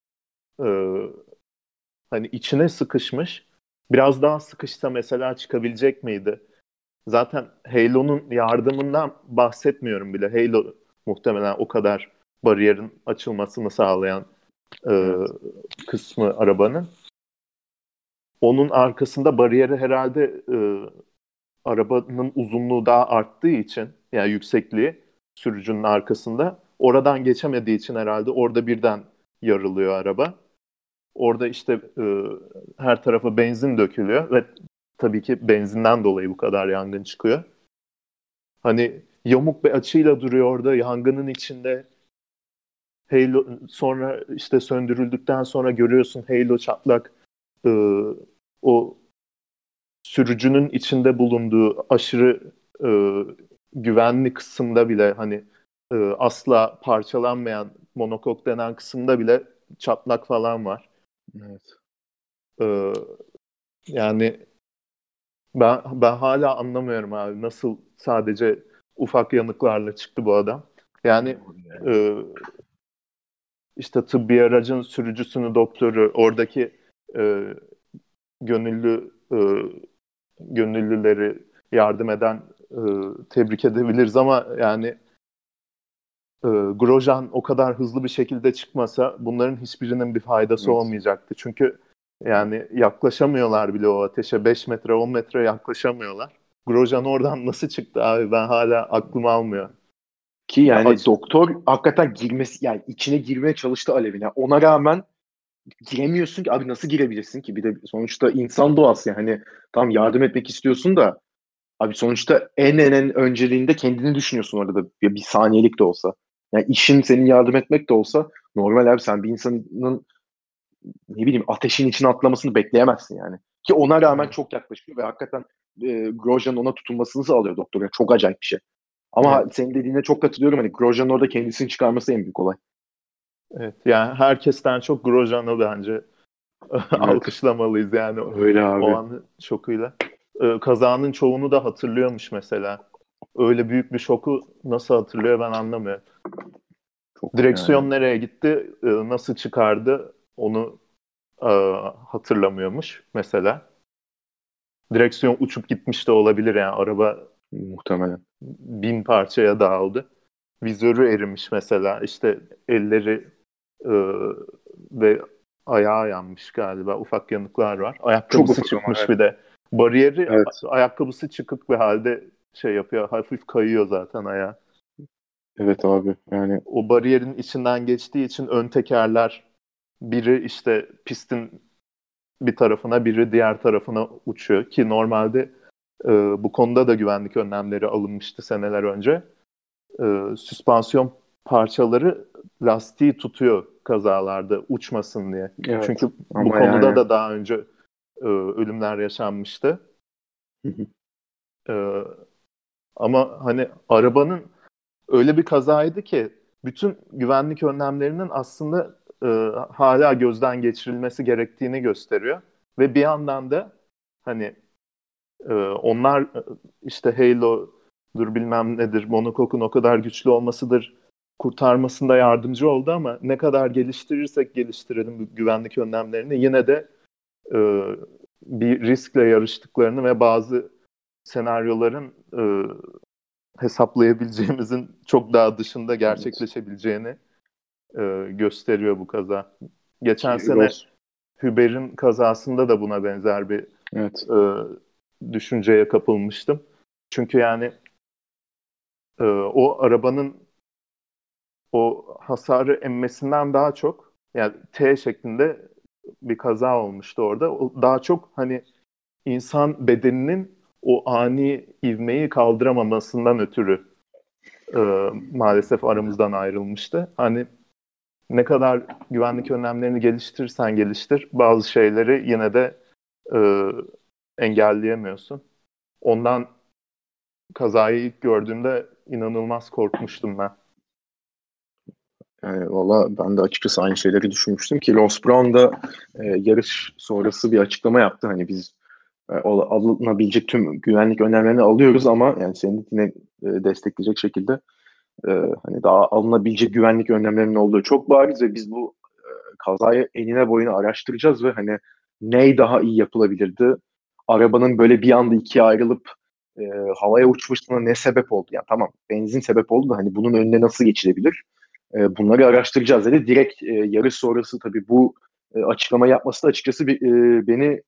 Ee, Hani içine sıkışmış. Biraz daha sıkışsa mesela çıkabilecek miydi? Zaten Halo'nun yardımından bahsetmiyorum bile. Halo muhtemelen o kadar bariyerin açılmasını sağlayan e, Evet. kısmı arabanın. Onun arkasında bariyeri herhalde e, arabanın uzunluğu daha arttığı için, yani yüksekliği sürücünün arkasında oradan geçemediği için herhalde orada birden yarılıyor araba. Orada işte e, her tarafa benzin dökülüyor ve tabii ki benzinden dolayı bu kadar yangın çıkıyor. Hani yamuk bir açıyla duruyor orada yangının içinde. Halo sonra işte söndürüldükten sonra görüyorsun Halo çatlak. E, O sürücünün içinde bulunduğu aşırı e, güvenli kısımda bile hani e, asla parçalanmayan monokok denen kısımda bile çatlak falan var. Evet. E, Yani ben ben hala anlamıyorum abi nasıl sadece ufak yanıklarla çıktı bu adam. Yani Yani. e, işte tıbbi aracın sürücüsünü, doktoru, oradaki e, gönüllü e, gönüllüleri yardım eden e, tebrik edebiliriz ama yani e, Grosjean o kadar hızlı bir şekilde çıkmasa bunların hiçbirinin bir faydası Evet. olmayacaktı. Çünkü yani yaklaşamıyorlar bile o ateşe. beş metre on metre yaklaşamıyorlar. Grosjean oradan nasıl çıktı abi ben hala aklım almıyor. Ki Ya yani aç doktor hakikaten girmesi yani içine girmeye çalıştı alevine. Ona rağmen giremiyorsun ki abi nasıl girebilirsin ki? Bir de sonuçta insan doğası yani hani tam yardım etmek istiyorsun da abi sonuçta en en en önceliğinde kendini düşünüyorsun orada bir, bir saniyelik de olsa. Yani işin senin yardım etmek de olsa normal abi sen bir insanın ne bileyim ateşin içine atlamasını bekleyemezsin yani. Ki ona rağmen evet, çok yaklaşıyor ve hakikaten e, Grosjean'ın ona tutunmasını sağlıyor doktor. Yani çok acayip bir şey. Ama evet, senin dediğine çok katılıyorum. Hani Grosjean'ın orada kendisini çıkarması en büyük olay. evet. Yani herkesten çok Grosjean'ı bence Evet. alkışlamalıyız yani o, Öyle o abi. an şokuyla. Ee, kazanın çoğunu da hatırlıyormuş mesela. Öyle büyük bir şoku nasıl hatırlıyor ben anlamıyorum. Çok yani. Direksiyon nereye gitti, e, nasıl çıkardı onu e, hatırlamıyormuş mesela. Direksiyon uçup gitmiş de olabilir yani araba Muhtemelen. bin parçaya dağıldı. Vizörü erimiş mesela işte elleri e, ve ayağı yanmış galiba ufak yanıklar var. Çok Ayakkabısı ufak ama çıkmış evet. bir de. Bariyeri Evet. ayakkabısı çıkık bir halde şey yapıyor hafif kayıyor zaten ayağı. Evet abi. Yani O bariyerin içinden geçtiği için ön tekerler biri işte pistin bir tarafına biri diğer tarafına uçuyor ki normalde e, bu konuda da güvenlik önlemleri alınmıştı seneler önce. E, süspansiyon parçaları lastiği tutuyor kazalarda uçmasın diye. evet. Çünkü bu Ama konuda yani da daha önce e, ölümler yaşanmıştı. E, Ama hani arabanın öyle bir kazaydı ki bütün güvenlik önlemlerinin aslında e, hala gözden geçirilmesi gerektiğini gösteriyor. Ve bir yandan da hani e, onlar e, işte Halo'dur bilmem nedir, monokokun o kadar güçlü olmasıdır kurtarmasında yardımcı oldu ama ne kadar geliştirirsek geliştirelim bu güvenlik önlemlerini yine de e, bir riskle yarıştıklarını ve bazı senaryoların e, hesaplayabileceğimizin çok daha dışında evet. gerçekleşebileceğini e, gösteriyor bu kaza. Geçen Ki sene Ross. Hüber'in kazasında da buna benzer bir Evet. e, düşünceye kapılmıştım. Çünkü yani e, o arabanın o hasarı emmesinden daha çok yani T şeklinde bir kaza olmuştu orada. O daha çok hani insan bedeninin o ani ivmeyi kaldıramamasından ötürü e, maalesef aramızdan ayrılmıştı. Hani ne kadar güvenlik önlemlerini geliştirirsen geliştir, bazı şeyleri yine de e, engelleyemiyorsun. Ondan kazayı ilk gördüğümde inanılmaz korkmuştum ben. Yani valla ben de açıkçası aynı şeyleri düşünmüştüm ki Ross Brown da e, yarış sonrası bir açıklama yaptı. Hani biz e, alınabilecek tüm güvenlik önlemlerini alıyoruz ama yani senin yine e, destekleyecek şekilde e, hani daha alınabilecek güvenlik önlemlerinin olduğu çok bariz ve biz bu e, kazayı enine boyuna araştıracağız ve hani ney daha iyi yapılabilirdi? Arabanın böyle bir anda ikiye ayrılıp e, havaya uçmasına ne sebep oldu? Yani tamam benzin sebep oldu da hani bunun önüne nasıl geçilebilir? E, bunları araştıracağız dedi. Direkt e, yarış sonrası tabii bu e, açıklama yapması da açıkçası bir, e, beni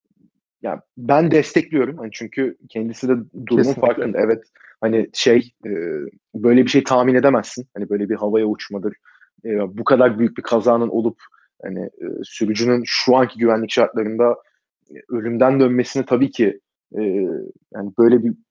yani ben destekliyorum. Hani çünkü kendisi de durumun Kesinlikle. farkında. Evet hani şey e, böyle bir şey tahmin edemezsin. Hani böyle bir havaya uçmadır. E, bu kadar büyük bir kazanın olup hani e, sürücünün şu anki güvenlik şartlarında e, ölümden dönmesini tabii ki e, yani böyle bir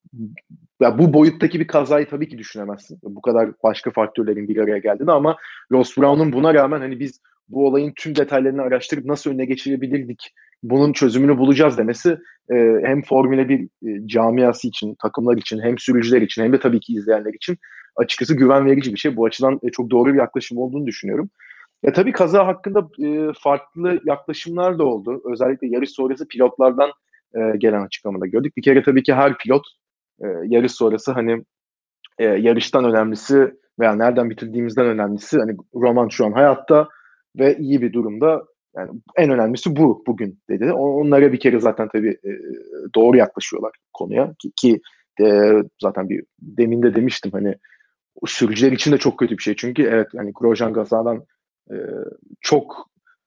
ya bu boyuttaki bir kazayı tabii ki düşünemezsin. Bu kadar başka faktörlerin bir araya geldiğini ama Ross Brown'un buna rağmen hani biz bu olayın tüm detaylarını araştırıp nasıl önüne geçirebilirdik, bunun çözümünü bulacağız demesi e, hem Formula bir e, camiası için, takımlar için, hem sürücüler için hem de tabii ki izleyenler için açıkçası güven verici bir şey. Bu açıdan e, çok doğru bir yaklaşım olduğunu düşünüyorum. Ya tabii kaza hakkında e, farklı yaklaşımlar da oldu. Özellikle yarış sonrası pilotlardan e, gelen açıklamada gördük. Bir kere tabii ki her pilot e, yarış sonrası hani e, yarıştan önemlisi veya nereden bitirdiğimizden önemlisi hani Roman şu an hayatta ve iyi bir durumda. Yani en önemlisi bu bugün dedi. Onlara bir kere zaten tabii e, doğru yaklaşıyorlar konuya ki, ki e, zaten bir demin de demiştim hani sürücüler için de çok kötü bir şey. Çünkü evet hani Grosjean kazadan e, çok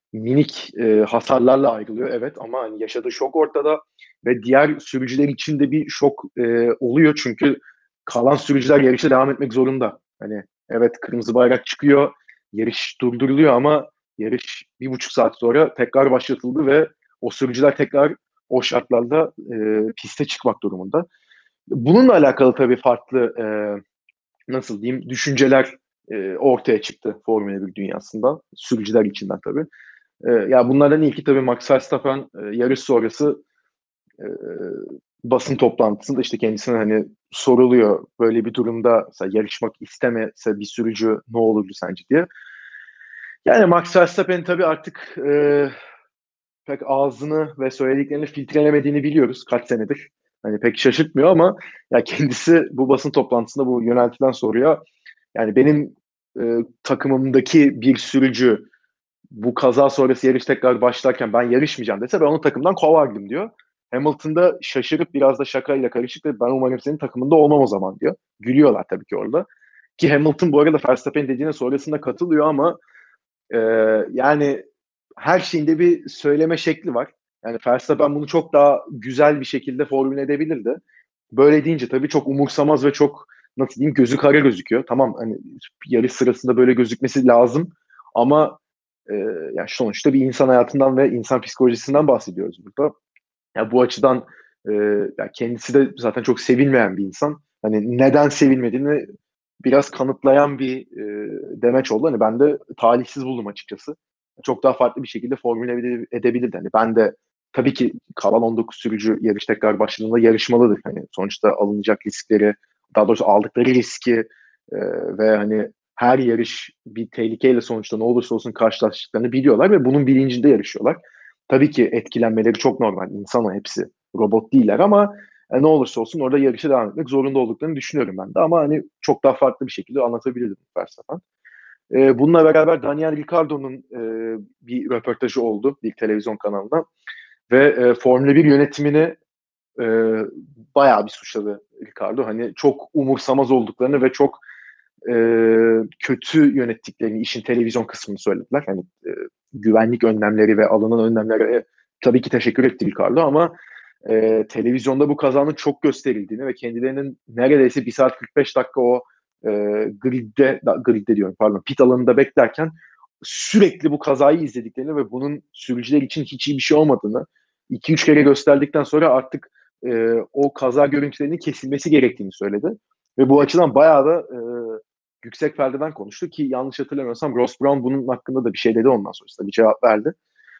minik e, hasarlarla ayrılıyor evet ama hani yaşadığı şok ortada ve diğer sürücüler için de bir şok e, oluyor çünkü kalan sürücüler yarışa devam etmek zorunda. Hani evet kırmızı bayrak çıkıyor, yarış durduruluyor ama yarış bir buçuk saat sonra tekrar başlatıldı ve o sürücüler tekrar o şartlarda e, piste çıkmak durumunda. Bununla alakalı tabii farklı e, nasıl diyeyim düşünceler e, ortaya çıktı Formula bir dünyasında. Sürücüler içinden tabii. E, ya bunlardan ilki tabii Max Verstappen e, yarış sonrası e, basın toplantısında işte kendisine hani soruluyor böyle bir durumda mesela yarışmak istemese bir sürücü ne olurdu sence diye. Yani Max Verstappen tabii artık e, pek ağzını ve söylediklerini filtrelemediğini biliyoruz kaç senedir. Hani pek şaşırtmıyor ama ya kendisi bu basın toplantısında bu yöneltilen soruya yani benim e, takımımdaki bir sürücü bu kaza sonrası yarış tekrar başlarken ben yarışmayacağım dese ben onu takımdan kovardım diyor. Hamilton da şaşırıp biraz da şakayla karışık ve ben umarım senin takımında olmam o zaman diyor. Gülüyorlar tabii ki orada. Ki Hamilton bu arada Verstappen dediğine sonrasında katılıyor ama e, yani her şeyinde bir söyleme şekli var. Yani Verstappen bunu çok daha güzel bir şekilde formüle edebilirdi. Böyle deyince tabii çok umursamaz ve çok nasıl diyeyim gözü kara gözüküyor. Tamam hani yarış sırasında böyle gözükmesi lazım ama e, yani sonuçta bir insan hayatından ve insan psikolojisinden bahsediyoruz burada. Yani bu açıdan e, yani kendisi de zaten çok sevilmeyen bir insan. Hani neden sevilmediğini biraz kanıtlayan bir e, demeç oldu. Hani ben de talihsiz buldum açıkçası. Çok daha farklı bir şekilde formüle ede- edebilirdi. Hani ben de tabii ki kalan on dokuz sürücü yarış tekrar başladığında yarışmalıdır. Hani sonuçta alınacak riskleri, daha doğrusu aldıkları riski e, ve hani her yarış bir tehlikeyle sonuçta ne olursa olsun karşılaştıklarını biliyorlar ve bunun bilincinde yarışıyorlar. Tabii ki etkilenmeleri çok normal. İnsan o hepsi. Robot değiller ama e, ne olursa olsun orada yarışa devam etmek zorunda olduklarını düşünüyorum ben de. Ama hani çok daha farklı bir şekilde anlatabilirdim Verstappen. E, bununla beraber Daniel Ricciardo'nun e, bir röportajı oldu bir televizyon kanalında. Ve e, Formula bir yönetimini e, bayağı bir suçladı Ricciardo. Hani çok umursamaz olduklarını ve çok e, kötü yönettiklerini, işin televizyon kısmını söylediler. Hani e, güvenlik önlemleri ve alınan önlemlere tabii ki teşekkür etti Ricardo ama e, televizyonda bu kazanın çok gösterildiğini ve kendilerinin neredeyse bir saat kırk beş dakika o e, gridde, da, gridde diyorum pardon, pit alanında beklerken sürekli bu kazayı izlediklerini ve bunun sürücüler için hiç iyi bir şey olmadığını iki üç kere gösterdikten sonra artık e, o kaza görüntülerinin kesilmesi gerektiğini söyledi. Ve bu açıdan bayağı da e, yüksek perdeden konuştu ki yanlış hatırlamıyorsam Ross Brown bunun hakkında da bir şey dedi, ondan sonra bir cevap verdi.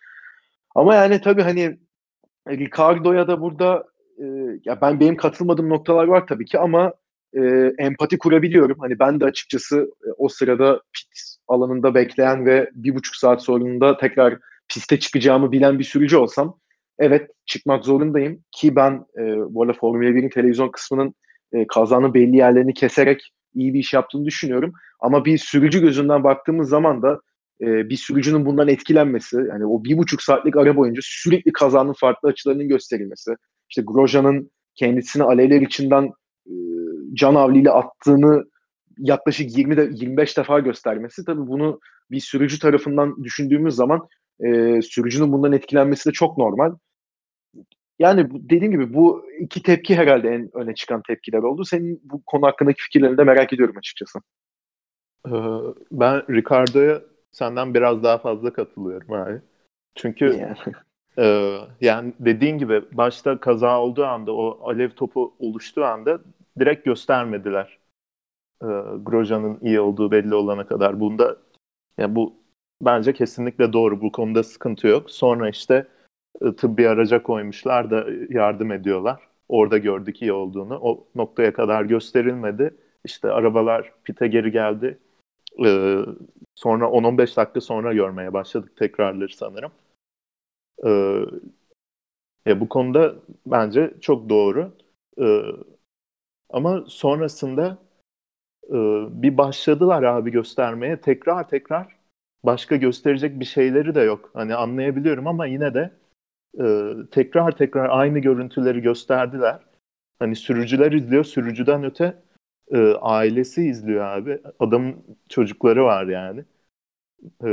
Ama yani tabii hani Ricardo'ya da burada e, ya ben benim katılmadığım noktalar var tabii ki ama e, empati kurabiliyorum. Hani ben de açıkçası e, o sırada pit alanında bekleyen ve bir buçuk saat sonunda tekrar piste çıkacağımı bilen bir sürücü olsam evet çıkmak zorundayım ki ben e, bu arada Formula birin televizyon kısmının e, kazanın belli yerlerini keserek iyi bir iş yaptığını düşünüyorum. Ama bir sürücü gözünden baktığımız zaman da e, bir sürücünün bundan etkilenmesi, yani o bir buçuk saatlik ara boyunca sürekli kazanın farklı açılarının gösterilmesi, işte Grosjean'ın kendisini alevler içinden e, can havliyle attığını yaklaşık yirmi de, yirmi beş defa göstermesi, tabii bunu bir sürücü tarafından düşündüğümüz zaman e, sürücünün bundan etkilenmesi de çok normal. Yani dediğim gibi bu iki tepki herhalde en öne çıkan tepkiler oldu. Senin bu konu hakkındaki fikirlerini de merak ediyorum açıkçası. Ee, Ben Ricardo'ya senden biraz daha fazla katılıyorum abi. Çünkü Yani. e, yani dediğin gibi başta kaza olduğu anda, o alev topu oluştuğu anda direkt göstermediler. Ee, Grosjean'ın iyi olduğu belli olana kadar. Bunda yani bu bence kesinlikle doğru. Bu konuda sıkıntı yok. Sonra işte e, tıbbi araca koymuşlar da yardım ediyorlar. Orada gördük iyi olduğunu. O noktaya kadar gösterilmedi. İşte arabalar pite geri geldi. Ee, Sonra on on beş dakika sonra görmeye başladık tekrarları sanırım. Ee, Ya bu konuda bence çok doğru. Ee, Ama sonrasında e, bir başladılar abi göstermeye. Tekrar tekrar başka gösterecek bir şeyleri de yok. Hani anlayabiliyorum ama yine de e, tekrar tekrar aynı görüntüleri gösterdiler. Hani sürücüler izliyor. Sürücüden öte e, ailesi izliyor abi. Adamın çocukları var yani. E,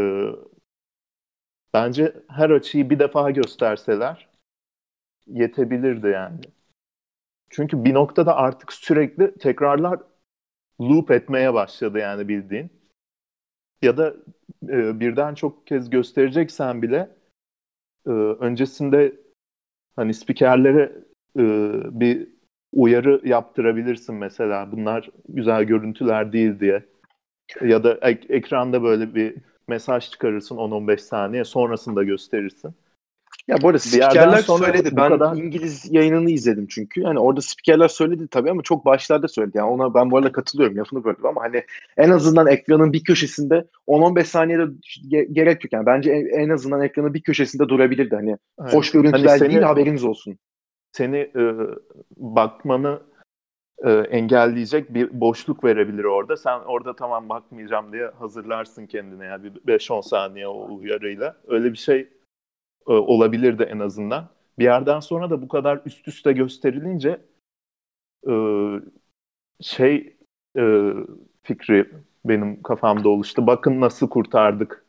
Bence her açıyı bir defa gösterseler yetebilirdi yani. Çünkü bir noktada artık sürekli tekrarlar loop etmeye başladı yani bildiğin. Ya da e, birden çok kez göstereceksen bile e, öncesinde hani spikerlere e, bir uyarı yaptırabilirsin mesela. Bunlar güzel görüntüler değil diye. Ya da ek- ekranda böyle bir mesaj çıkarırsın on on beş saniye sonrasında gösterirsin. Ya bu arada Bir yerden spikerler sonra söyledi. bu Ben kadar İngiliz yayınını izledim çünkü. Yani orada spikerler söyledi tabii ama çok başlarda söyledi. Yani ona ben bu arada katılıyorum. Lafını böldüm ama hani en azından ekranın bir köşesinde on on beş saniyede ge- gerek yok. Yani bence en, en azından ekranın bir köşesinde durabilirdi. Hani aynen. hoş Hani görüntüler değil, seni haberiniz olsun. seni e, bakmanı e, engelleyecek bir boşluk verebilir orada. Sen orada tamam bakmayacağım diye hazırlarsın kendine yani bir beş on saniye o uyarıyla. Öyle bir şey e, olabilirdi en azından. Bir yerden sonra da bu kadar üst üste gösterilince e, şey e, fikri benim kafamda oluştu. Bakın nasıl kurtardık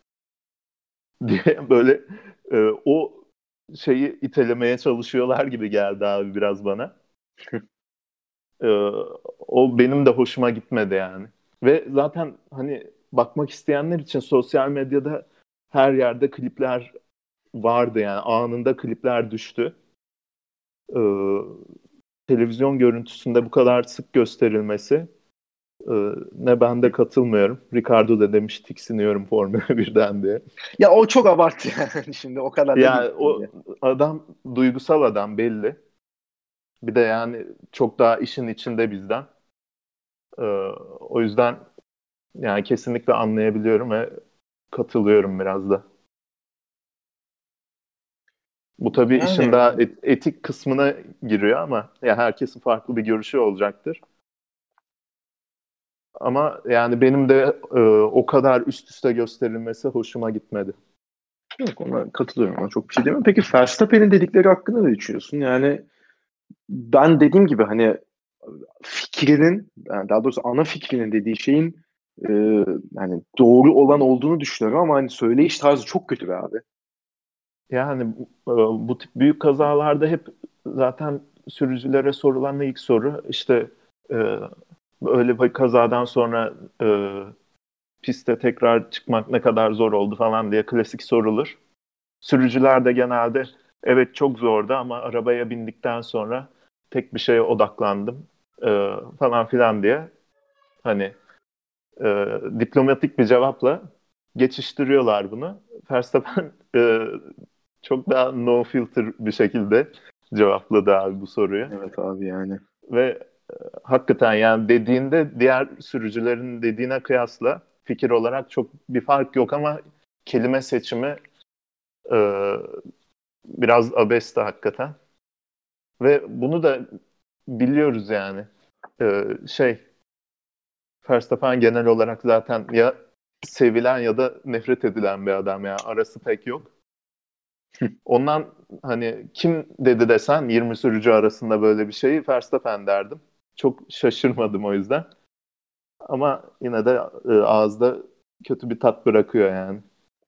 diye böyle e, o şeyi itelemeye çalışıyorlar gibi geldi abi biraz bana. E, O benim de hoşuma gitmedi yani. Ve zaten hani bakmak isteyenler için sosyal medyada her yerde klipler vardı yani anında klipler düştü. E, Televizyon görüntüsünde bu kadar sık gösterilmesi e, ne ben de katılmıyorum. Ricardo da demiş tiksiniyorum Formula birden diye. Ya o çok abartı yani. Şimdi o kadar da değil Yani o bence. adam duygusal adam belli. Bir de yani çok daha işin içinde bizden. Ee, O yüzden yani kesinlikle anlayabiliyorum ve katılıyorum biraz da. Bu tabii işin Yani daha et- etik kısmına giriyor ama ya herkesin farklı bir görüşü olacaktır. Ama yani benim de e, o kadar üst üste gösterilmesi hoşuma gitmedi. yok, ona katılıyorum. Ona çok bir şey demiyorum. Peki Verstappen'in dedikleri hakkında ne düşünüyorsun? Yani ben dediğim gibi hani fikrinin, yani daha doğrusu ana fikrinin dediği şeyin e, yani doğru olan olduğunu düşünüyorum ama hani söyleyiş tarzı çok kötü be abi. Yani e, bu tip büyük kazalarda hep zaten sürücülere sorulan ilk soru işte e, öyle bir kazadan sonra e, piste tekrar çıkmak ne kadar zor oldu falan diye klasik sorulur. Sürücüler de genelde evet çok zordu ama arabaya bindikten sonra tek bir şeye odaklandım e, falan filan diye hani e, diplomatik bir cevapla geçiştiriyorlar bunu. Verstappen e, çok daha no filter bir şekilde cevapladı abi bu soruyu. Evet abi yani. Ve e, hakikaten yani dediğinde diğer sürücülerin dediğine kıyasla fikir olarak çok bir fark yok ama kelime seçimi e, biraz abesti hakikaten. Ve bunu da biliyoruz yani. E, şey Verstappen genel olarak zaten ya sevilen ya da nefret edilen bir adam ya. Arası pek yok. Ondan hani kim dedi desen yirmi sürücü arasında böyle bir şeyi Verstappen derdim. Çok şaşırmadım o yüzden. Ama yine de e, ağızda kötü bir tat bırakıyor yani.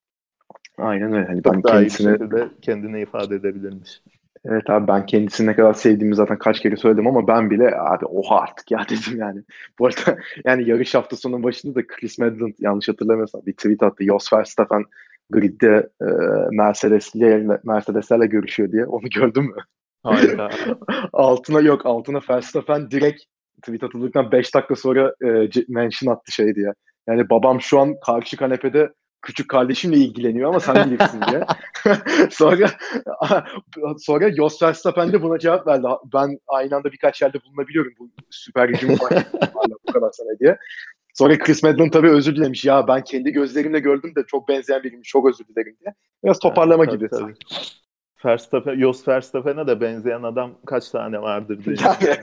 Aynen öyle. Hani ben Çok daha iyi bir kendisine şekilde kendini ifade edebilirmiş. evet abi ben kendisini ne kadar sevdiğimi zaten kaç kere söyledim ama ben bile abi oha artık ya dedim yani. Bu arada yani yarış hafta sonunun başında da Chris Madden yanlış hatırlamıyorsam bir tweet attı. Jos Verstappen gridde e, Mercedes'lerle, Mercedes'lerle görüşüyor diye. Onu gördün mü? Hayda. altına yok altına Verstappen direkt tweet atıldıktan beş dakika sonra e, mention attı şey diye. Yani babam şu an karşı kanepede küçük kardeşimle ilgileniyor ama sen bilirsin diye. sonra sonra Jos Verstappen de buna cevap verdi. Ben aynı anda birkaç yerde bulunabiliyorum. Bu süper gücümü başlattım hala bu kadar sene diye. Sonra Chris Madden tabii özür dilemiş. Ya ben kendi gözlerimle gördüm de çok benzeyen biriymiş. Çok özür dilerim diye. Biraz toparlama Tabii gibi. tabii. Verstappen, Jos Verstappen'e de benzeyen adam kaç tane vardır dünyada. Yani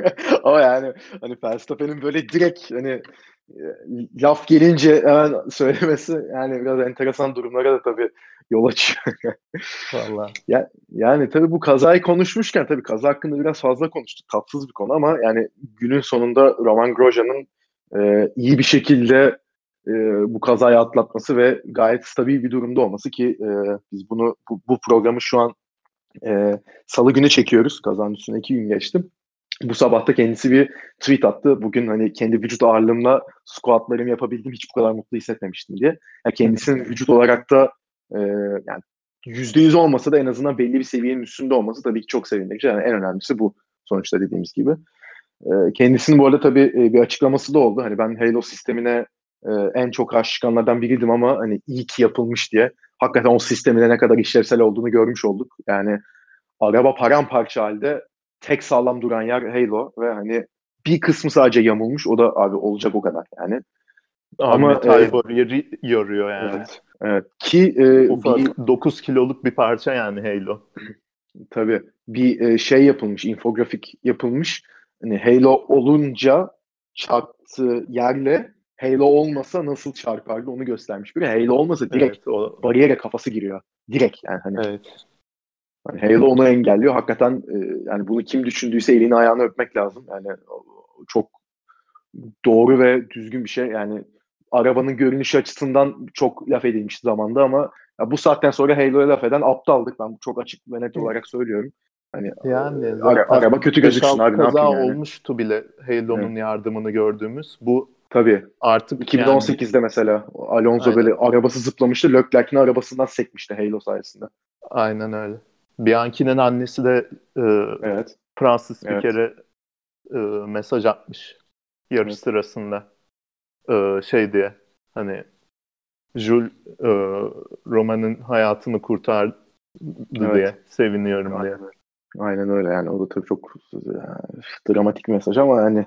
o yani hani Verstappen'in böyle direkt hani e, laf gelince hemen söylemesi yani biraz enteresan durumlara da tabii yol açıyor. Vallahi. Ya, yani tabii bu kazayı konuşmuşken tabii kaza hakkında biraz fazla konuştuk. Tatsız bir konu ama yani günün sonunda Romain Grosjean'ın e, iyi bir şekilde e, bu kazayı atlatması ve gayet stabil bir durumda olması ki e, biz bunu bu, bu programı şu an e, Salı günü çekiyoruz. Kazanın üstüne iki gün geçti. Bu sabah da kendisi bir tweet attı. Bugün hani kendi vücut ağırlığımla squatlarımı yapabildim. Hiç bu kadar mutlu hissetmemiştim diye. Yani kendisinin vücut olarak da e, yani yüzde yüz olmasa da en azından belli bir seviyenin üstünde olması tabii ki çok sevindirici. Yani en önemlisi bu sonuçta dediğimiz gibi. E, kendisinin bu arada tabii e, bir açıklaması da oldu. Hani ben Halo sistemine e, en çok karşı çıkanlardan biriydim ama hani iyi ki yapılmış diye. Hakikaten o sistemin ne kadar işlevsel olduğunu görmüş olduk. Yani araba paramparça halde tek sağlam duran yer Halo ve hani bir kısmı sadece yamulmuş. O da abi olacak o kadar yani. Abi Ama e, metal bariyeri yoruyor yani. evet, evet ki e, bir Ufak dokuz kiloluk bir parça yani Halo. tabii bir e, şey yapılmış, infografik yapılmış. Hani Halo olunca çarptığı yerle Halo olmasa nasıl çarpardı onu göstermiş. Bir Halo olmasa direkt Evet o bariyere kafası giriyor. Direkt yani hani. evet. Hani Halo onu engelliyor. Hakikaten e, yani bunu kim düşündüyse elini ayağını öpmek lazım. Yani çok doğru ve düzgün bir şey. Yani arabanın görünüş açısından çok laf edilmişti zamanda ama ya bu saatten sonra Halo'ya laf eden aptaldık. Ben çok açık ve net olarak söylüyorum. Hani e, Yani ara, zaten araba kötü beş gözüksün altı abi ne kaza yapayım yani. olmuştu bile Halo'nun Evet. yardımını gördüğümüz. Bu Tabii. artık yani iki bin on sekizde mesela Alonso aynen böyle arabası zıplamıştı. Leclerc'in arabasından sekmişti Halo sayesinde. aynen öyle. Bianchi'nin annesi de e, Evet. Fransız bir Evet. kere e, mesaj atmış yarış Evet. sırasında e, şey diye hani Jules e, Romain'in hayatını kurtardı Evet. diye seviniyorum diye. Aynen öyle. Aynen öyle yani o da tabii çok e, dramatik bir mesaj ama yani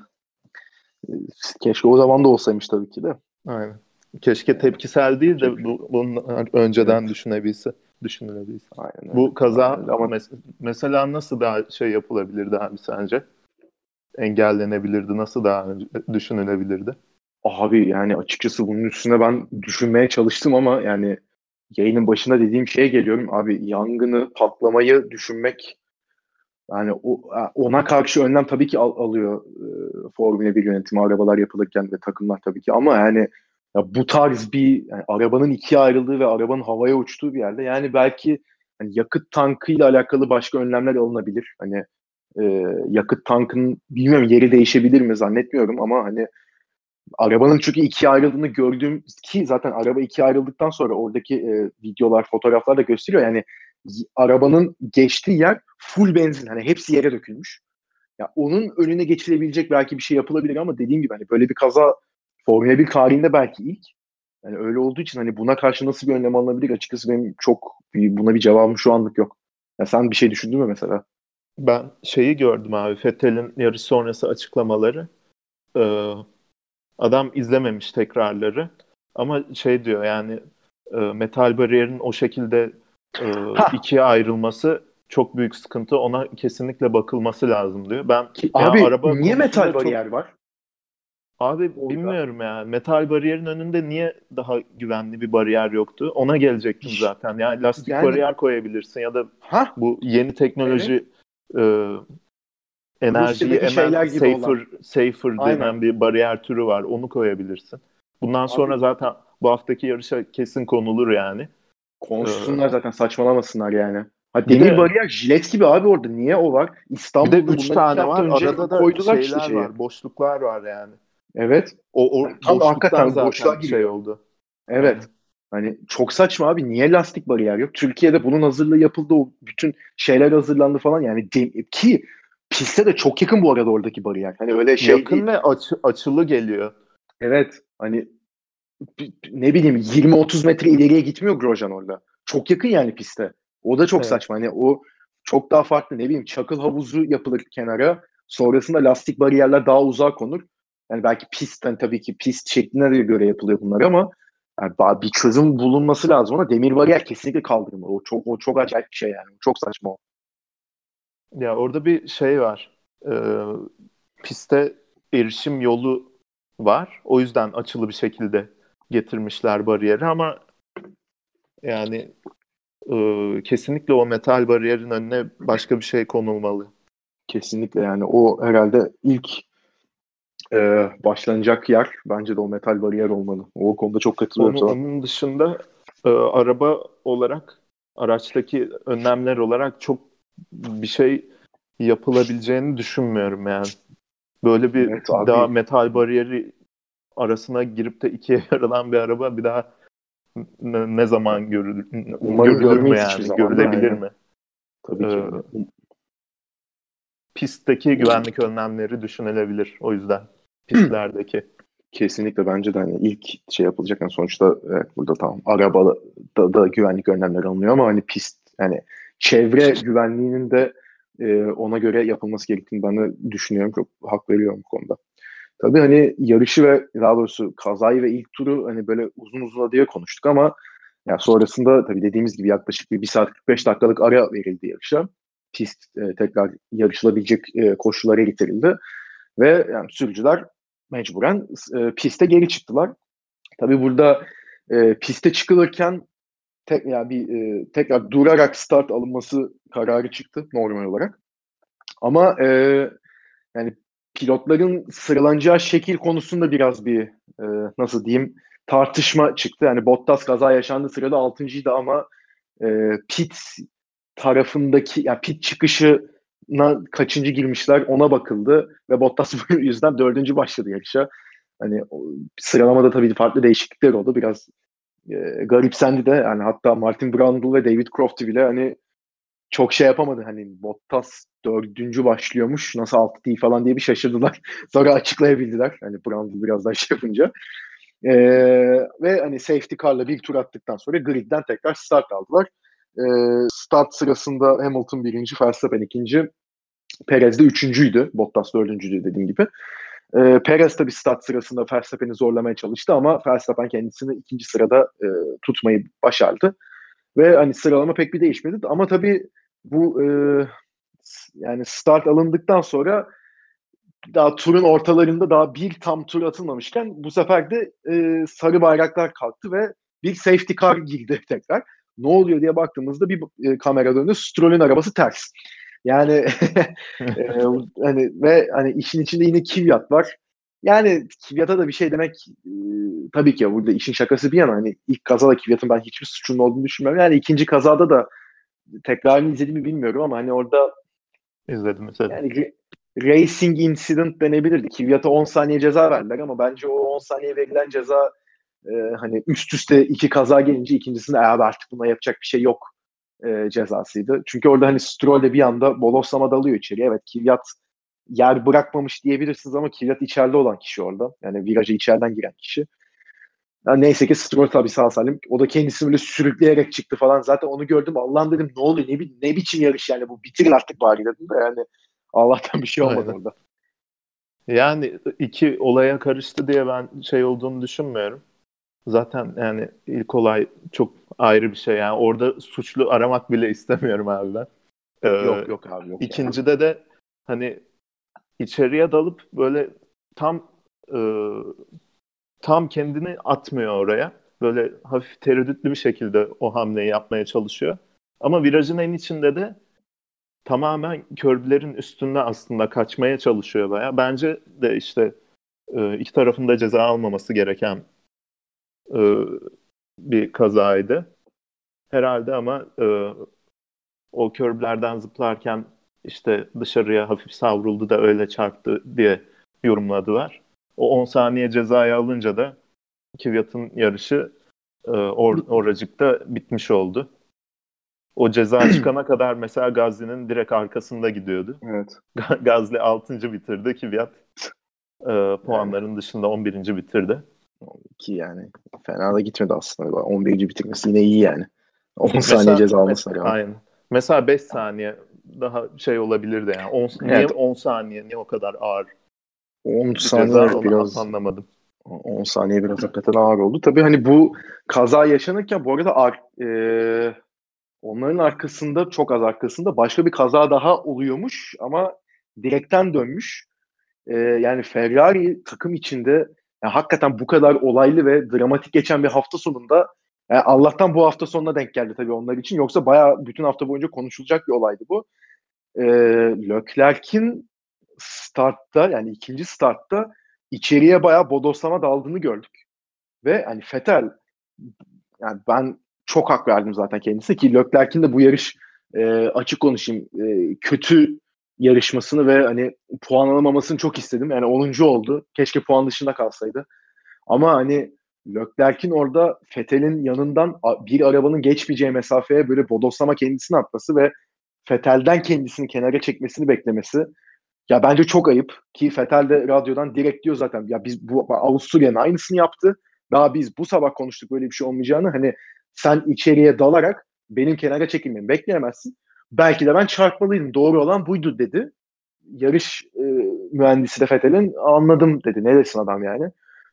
e, keşke o zaman da olsaymış tabii ki de. Aynen. Keşke Yani, tepkisel değil yapacak bir de şey bu, yok. bunlar önceden Evet. düşünebilse, düşünülebilse. Aynen öyle. Bu kaza Aynen öyle ama mes- mesela nasıl daha şey yapılabilirdi abi sence? Engellenebilirdi, nasıl daha önce düşünülebilirdi? abi yani açıkçası bunun üstüne ben düşünmeye çalıştım ama yani yayının başında dediğim şeye geliyorum. Abi yangını, patlamayı düşünmek yani o, ona karşı önlem tabii ki al, alıyor e, Formula bir yönetimi arabalar yapılırken ve takımlar tabii ki ama yani ya bu tarz bir yani arabanın ikiye ayrıldığı ve arabanın havaya uçtuğu bir yerde yani belki hani yakıt tankıyla alakalı başka önlemler alınabilir. Hani e, yakıt tankının bilmiyorum yeri değişebilir mi zannetmiyorum ama hani arabanın çünkü ikiye ayrıldığını gördüğüm ki zaten araba ikiye ayrıldıktan sonra oradaki e, videolar, fotoğraflar da gösteriyor. Yani y- arabanın geçtiği yer full benzin. Hani hepsi yere dökülmüş. Ya onun önüne geçilebilecek belki bir şey yapılabilir ama dediğim gibi hani böyle bir kaza Formula bir tarihinde belki ilk. Yani öyle olduğu için hani buna karşı nasıl bir önlem alınabilir açıkçası benim çok bir, buna bir cevabım şu anlık yok. Ya sen bir şey düşündün mü mesela? Ben şeyi gördüm abi, Vettel'in yarış sonrası açıklamaları. Ee, Adam izlememiş tekrarları. Ama şey diyor yani, e, metal bariyerin o şekilde e, Ha, ikiye ayrılması çok büyük sıkıntı. Ona kesinlikle bakılması lazım diyor. Ben ki, ya abi araba niye metal konusunda çok bariyer var abi orada? bilmiyorum ya. Metal bariyerin önünde niye daha güvenli bir bariyer yoktu? Ona gelecektim Hiç- zaten. Yani lastik Yani bariyer koyabilirsin ya da ha bu yeni evet. teknoloji, e, enerjiyi Rusya'daki emen şeyler gibi olan. safer safer Aynen. denen bir bariyer türü var. Onu koyabilirsin. Bundan sonra Abi zaten bu haftaki yarışa kesin konulur yani. Ee, konuşsunlar zaten saçmalamasınlar yani. Ha bir demir de bariyer jilet gibi abi orada. Niye o var? bir de İstanbul'da üç bundan iki tane hafta var. önce Arada da koydular işte şeyler şeyi. var. Boşluklar var yani. Evet. O, o Yani tam boşluktan hakikaten boşluğa zaten şey giriyor. oldu. Evet. Aynen. Hani çok saçma abi. Niye lastik bariyer yok? Türkiye'de bunun hazırlığı yapıldı. O bütün şeyler hazırlandı falan. Yani de- ki piste de çok yakın bu arada oradaki bariyer. Hani öyle şey Yakın değil. ve açı- açılı geliyor. Evet. Hani bi- ne bileyim yirmi otuz metre ileriye gitmiyor Grosjean orada. Çok yakın yani piste. O da çok Evet. saçma. Hani o çok daha farklı. Ne bileyim çakıl havuzu yapılır kenara. Sonrasında lastik bariyerler daha uzağa konur. Yani belki pistten tabii ki pist şekline de göre yapılıyor bunlar ama yani ba- bir çözüm bulunması lazım ona. Demir bariyer kesinlikle kaldırılmalı. O çok o çok acayip bir şey yani. Çok saçma o. Ya orada bir şey var. Ee, Piste erişim yolu var. O yüzden açılı bir şekilde getirmişler bariyeri ama yani e, kesinlikle o metal bariyerin önüne başka bir şey konulmalı. Kesinlikle yani o herhalde ilk e, başlanacak yer bence de o metal bariyer olmalı. O konuda çok katılıyorum Onu, sana. onun dışında e, araba olarak, araçtaki önlemler olarak çok bir şey yapılabileceğini düşünmüyorum yani. Böyle bir Evet daha abi. metal bariyeri arasına girip de ikiye yarılan bir araba bir daha ne, ne zaman görülür, Umarım görülür mü görmeyiz hiçbir yani? zaman da Görülebilir aynen. mi? Tabii ki Ee, yani. Pistteki güvenlik önlemleri düşünülebilir. O yüzden pistlerdeki. Kesinlikle bence de hani ilk şey yapılacak yani sonuçta evet, burada tamam arabada da, da güvenlik önlemleri alınıyor ama hani pist yani çevre güvenliğinin de e, ona göre yapılması gerektiğini ben de düşünüyorum. Çok hak veriyorum bu konuda. Tabii hani yarışı ve daha doğrusu kazayı ve ilk turu hani böyle uzun uzun diye konuştuk ama ya sonrasında tabii dediğimiz gibi yaklaşık bir, bir saat kırk beş dakikalık ara verildi yarışa. Pist e, tekrar yarışılabilecek e, koşullara getirildi. Ve yani sürücüler mecburen e, piste geri çıktılar. Tabii burada e, piste çıkılırken tek, yani bir e, tekrar durarak start alınması kararı çıktı normal olarak. Ama e, yani pilotların sıralanacağı şekil konusunda biraz bir e, nasıl diyeyim tartışma çıktı. Yani Bottas kaza yaşandığı sırada altıncıydı ama e, pit tarafındaki ya yani pit çıkışına kaçıncı girmişler ona bakıldı ve Bottas bu yüzden dördüncü başladı yarışa. Hani o, sıralamada tabii farklı değişiklikler oldu. Biraz e, garipsendi de yani hatta Martin Brundle ve David Croft bile hani çok şey yapamadı. Hani Bottas dördüncü başlıyormuş nasıl altı değil falan diye bir şaşırdılar. Sonra açıklayabildiler. Hani Brundle biraz daha şey yapınca. Ee, ve hani safety car'la bir tur attıktan sonra gridden tekrar start aldılar. Ee, start sırasında Hamilton birinci, Verstappen ikinci, Perez de üçüncüydü. Bottas dördüncüydü dediğim gibi. Ee, Perez tabii start sırasında Verstappen'i zorlamaya çalıştı ama Verstappen kendisini ikinci sırada e, tutmayı başardı. Ve hani sıralama pek bir değişmedi. Ama tabii bu e, yani start alındıktan sonra daha turun ortalarında daha bir tam tur atılmamışken bu sefer de e, sarı bayraklar kalktı ve bir safety car girdi tekrar. Ne oluyor diye baktığımızda bir e, kamera döndü. Stroll'ün arabası ters. Yani e, hani ve hani işin içinde yine Kvyat var. Yani Kvyat'a da bir şey demek e, tabii ki ya burada işin şakası bir yana hani ilk kazada Kvyat'ın ben hiçbir suçunun olduğunu düşünmüyorum. Yani ikinci kazada da tekrarını izlediğimi bilmiyorum ama hani orada İzledim, izledim. yani racing incident denebilirdi. Kvyat'a on saniye ceza verdiler ama bence o on saniye verilen ceza e, hani üst üste iki kaza gelince ikincisinde abi artık buna yapacak bir şey yok e, cezasıydı. Çünkü orada hani Stroll de bir anda bodoslama dalıyor içeriye. Evet Kvyat yer bırakmamış diyebilirsiniz ama Kvyat içeride olan kişi orada. Yani viraja içeriden giren kişi. Yani neyse ki Stroll tabii sağ salim. O da kendisini böyle sürükleyerek çıktı falan. Zaten onu gördüm. Allah'ım dedim ne oluyor? Ne, bi- ne biçim yarış yani bu? Bitirin artık bari dedim de yani Allah'tan bir şey olmadı Aynen. orada. Yani iki olaya karıştı diye ben şey olduğunu düşünmüyorum. Zaten yani ilk olay çok ayrı bir şey. Yani orada suçlu aramak bile istemiyorum abi ben. Ee, Yok yok abi yok ya. ikincide de hani içeriye dalıp böyle tam e, tam kendini atmıyor oraya. Böyle hafif tereddütlü bir şekilde o hamleyi yapmaya çalışıyor. Ama virajın en içinde de tamamen körblerin üstünde aslında kaçmaya çalışıyor baya. Bence de işte e, iki tarafın da ceza almaması gereken e, bir kazaydı. Herhalde ama e, o körblerden zıplarken işte dışarıya hafif savruldu da öyle çarptı diye yorumladılar. O on saniye cezayı alınca da Kvyat'ın yarışı e, or, oracıkta bitmiş oldu. O ceza çıkana kadar mesela Gazli'nin direkt arkasında gidiyordu. Evet. Gazli altıncı bitirdi. Kvyat e, Yani puanların dışında on birinci bitirdi. ki yani fena da gitmedi aslında. on birinci bitirmesi yine iyi yani. on saniye Mesela ceza almasına mes- rağmen. aynen. Mesela beş saniye daha şey olabilirdi yani. on, niye Evet. on saniye niye o kadar ağır on bir saniye ceza evet onu biraz anlamadım. on saniye biraz hakikaten ağır oldu. Tabii hani bu kaza yaşanırken bu arada ar- e, onların arkasında çok az arkasında başka bir kaza daha oluyormuş ama direkten dönmüş. E, yani Ferrari takım içinde yani hakikaten bu kadar olaylı ve dramatik geçen bir hafta sonunda yani Allah'tan bu hafta sonuna denk geldi tabii onlar için. Yoksa bayağı bütün hafta boyunca konuşulacak bir olaydı bu. E, Leclerc'in startta yani ikinci startta içeriye bayağı bodoslama daldığını gördük. Ve hani Vettel yani ben çok hak verdim zaten kendisine ki Leclerc'in de bu yarış e, açık konuşayım e, kötü yarışmasını ve hani puan alamamasını çok istedim. Yani onuncu oldu. Keşke puan dışında kalsaydı. Ama hani Leclerc'in orada Vettel'in yanından bir arabanın geçmeyeceği mesafeye böyle bodoslama kendisini atması ve Vettel'den kendisini kenara çekmesini beklemesi ya bence çok ayıp ki Vettel de radyodan direkt diyor zaten ya biz bu Avusturya'nın aynısını yaptı. Daha biz bu sabah konuştuk böyle bir şey olmayacağını hani sen içeriye dalarak benim kenara çekilmemi bekleyemezsin. Belki de ben çarpmalıydım. Doğru olan buydu dedi. Yarış e, mühendisi de Vettel'in anladım dedi. Ne desin adam yani.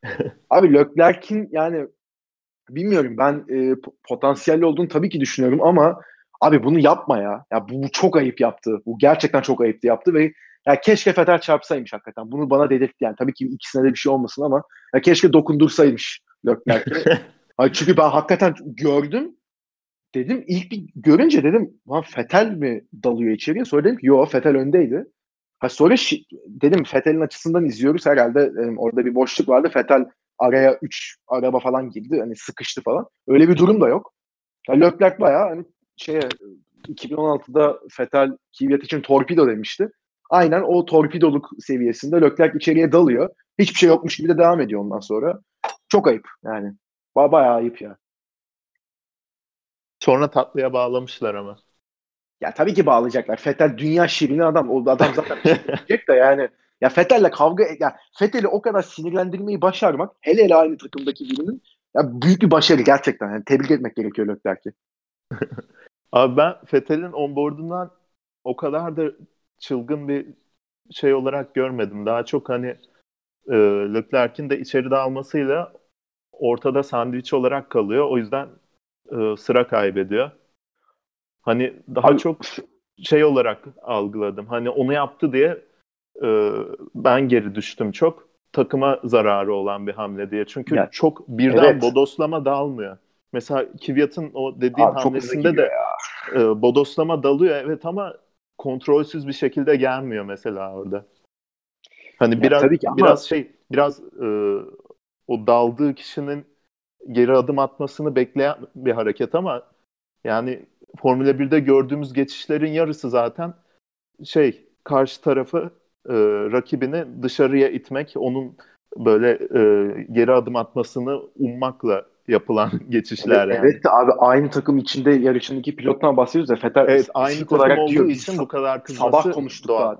Abi Leclerc'in yani bilmiyorum ben e, potansiyelli olduğunu tabii ki düşünüyorum ama abi bunu yapma ya. Ya bu, bu çok ayıp yaptı. Bu gerçekten çok ayıptı yaptı ve ya keşke Fetter çarpsaymış hakikaten. Bunu bana dedirtti yani. Tabii ki ikisine de bir şey olmasın ama ya keşke dokundursaymış Leclerc'e. Ay çünkü ben hakikaten gördüm. Dedim ilk bir görünce dedim lan Vettel mi dalıyor içeriye? Sonra dedim ki yo Vettel öndeydi. Ha sonra şi- dedim Vettel'in açısından izliyoruz herhalde dedim, orada bir boşluk vardı. Vettel araya üç araba falan girdi. Hani sıkıştı falan. Öyle bir durum da yok. Ya Leclerc bayağı hani şeye iki bin on altıda Vettel Kvyat için torpido demişti. Aynen o torpidoluk seviyesinde Leclerc içeriye dalıyor. Hiçbir şey yokmuş gibi de devam ediyor ondan sonra. Çok ayıp yani. Ba bayağı ayıp ya. Sonra tatlıya bağlamışlar ama. Ya tabii ki bağlayacaklar. Vettel dünya şirini adam. O adam zaten bir şey demeyecek de yani. Ya Vettel'le kavga ya Vettel'i o kadar sinirlendirmeyi başarmak hele hele aynı takımdaki birinin ya büyük bir başarı gerçekten. Yani tebrik etmek gerekiyor Leclerc'i. Abi ben Vettel'in onboardundan o kadar da çılgın bir şey olarak görmedim. Daha çok hani e, Leclerc'in de içeride almasıyla ortada sandviç olarak kalıyor. O yüzden e, sıra kaybediyor. Hani daha Abi, çok şey olarak algıladım. Hani onu yaptı diye e, ben geri düştüm çok. Takıma zararı olan bir hamle diye. Çünkü ya çok birden evet. bodoslama dağılmıyor. Mesela Kvyat'ın o dediğin Abi çok hızlı hamlesinde gidiyor de ya. e, bodoslama dalıyor evet ama kontrolsüz bir şekilde gelmiyor mesela orada. Hani Ya biraz tabii ki ama biraz şey biraz e, o daldığı kişinin geri adım atmasını bekleyen bir hareket ama yani Formula birde gördüğümüz geçişlerin yarısı zaten şey karşı tarafı e, rakibini dışarıya itmek, onun böyle e, geri adım atmasını ummakla yapılan evet, geçişler yani. evet de abi aynı takım içinde yarışındaki pilottan bahsediyoruz ya Vettel Evet, aynı spesifik takım olarak olduğu diyor biz için bu sa- kadar sabah kızması konuştuk doğal. daha diye.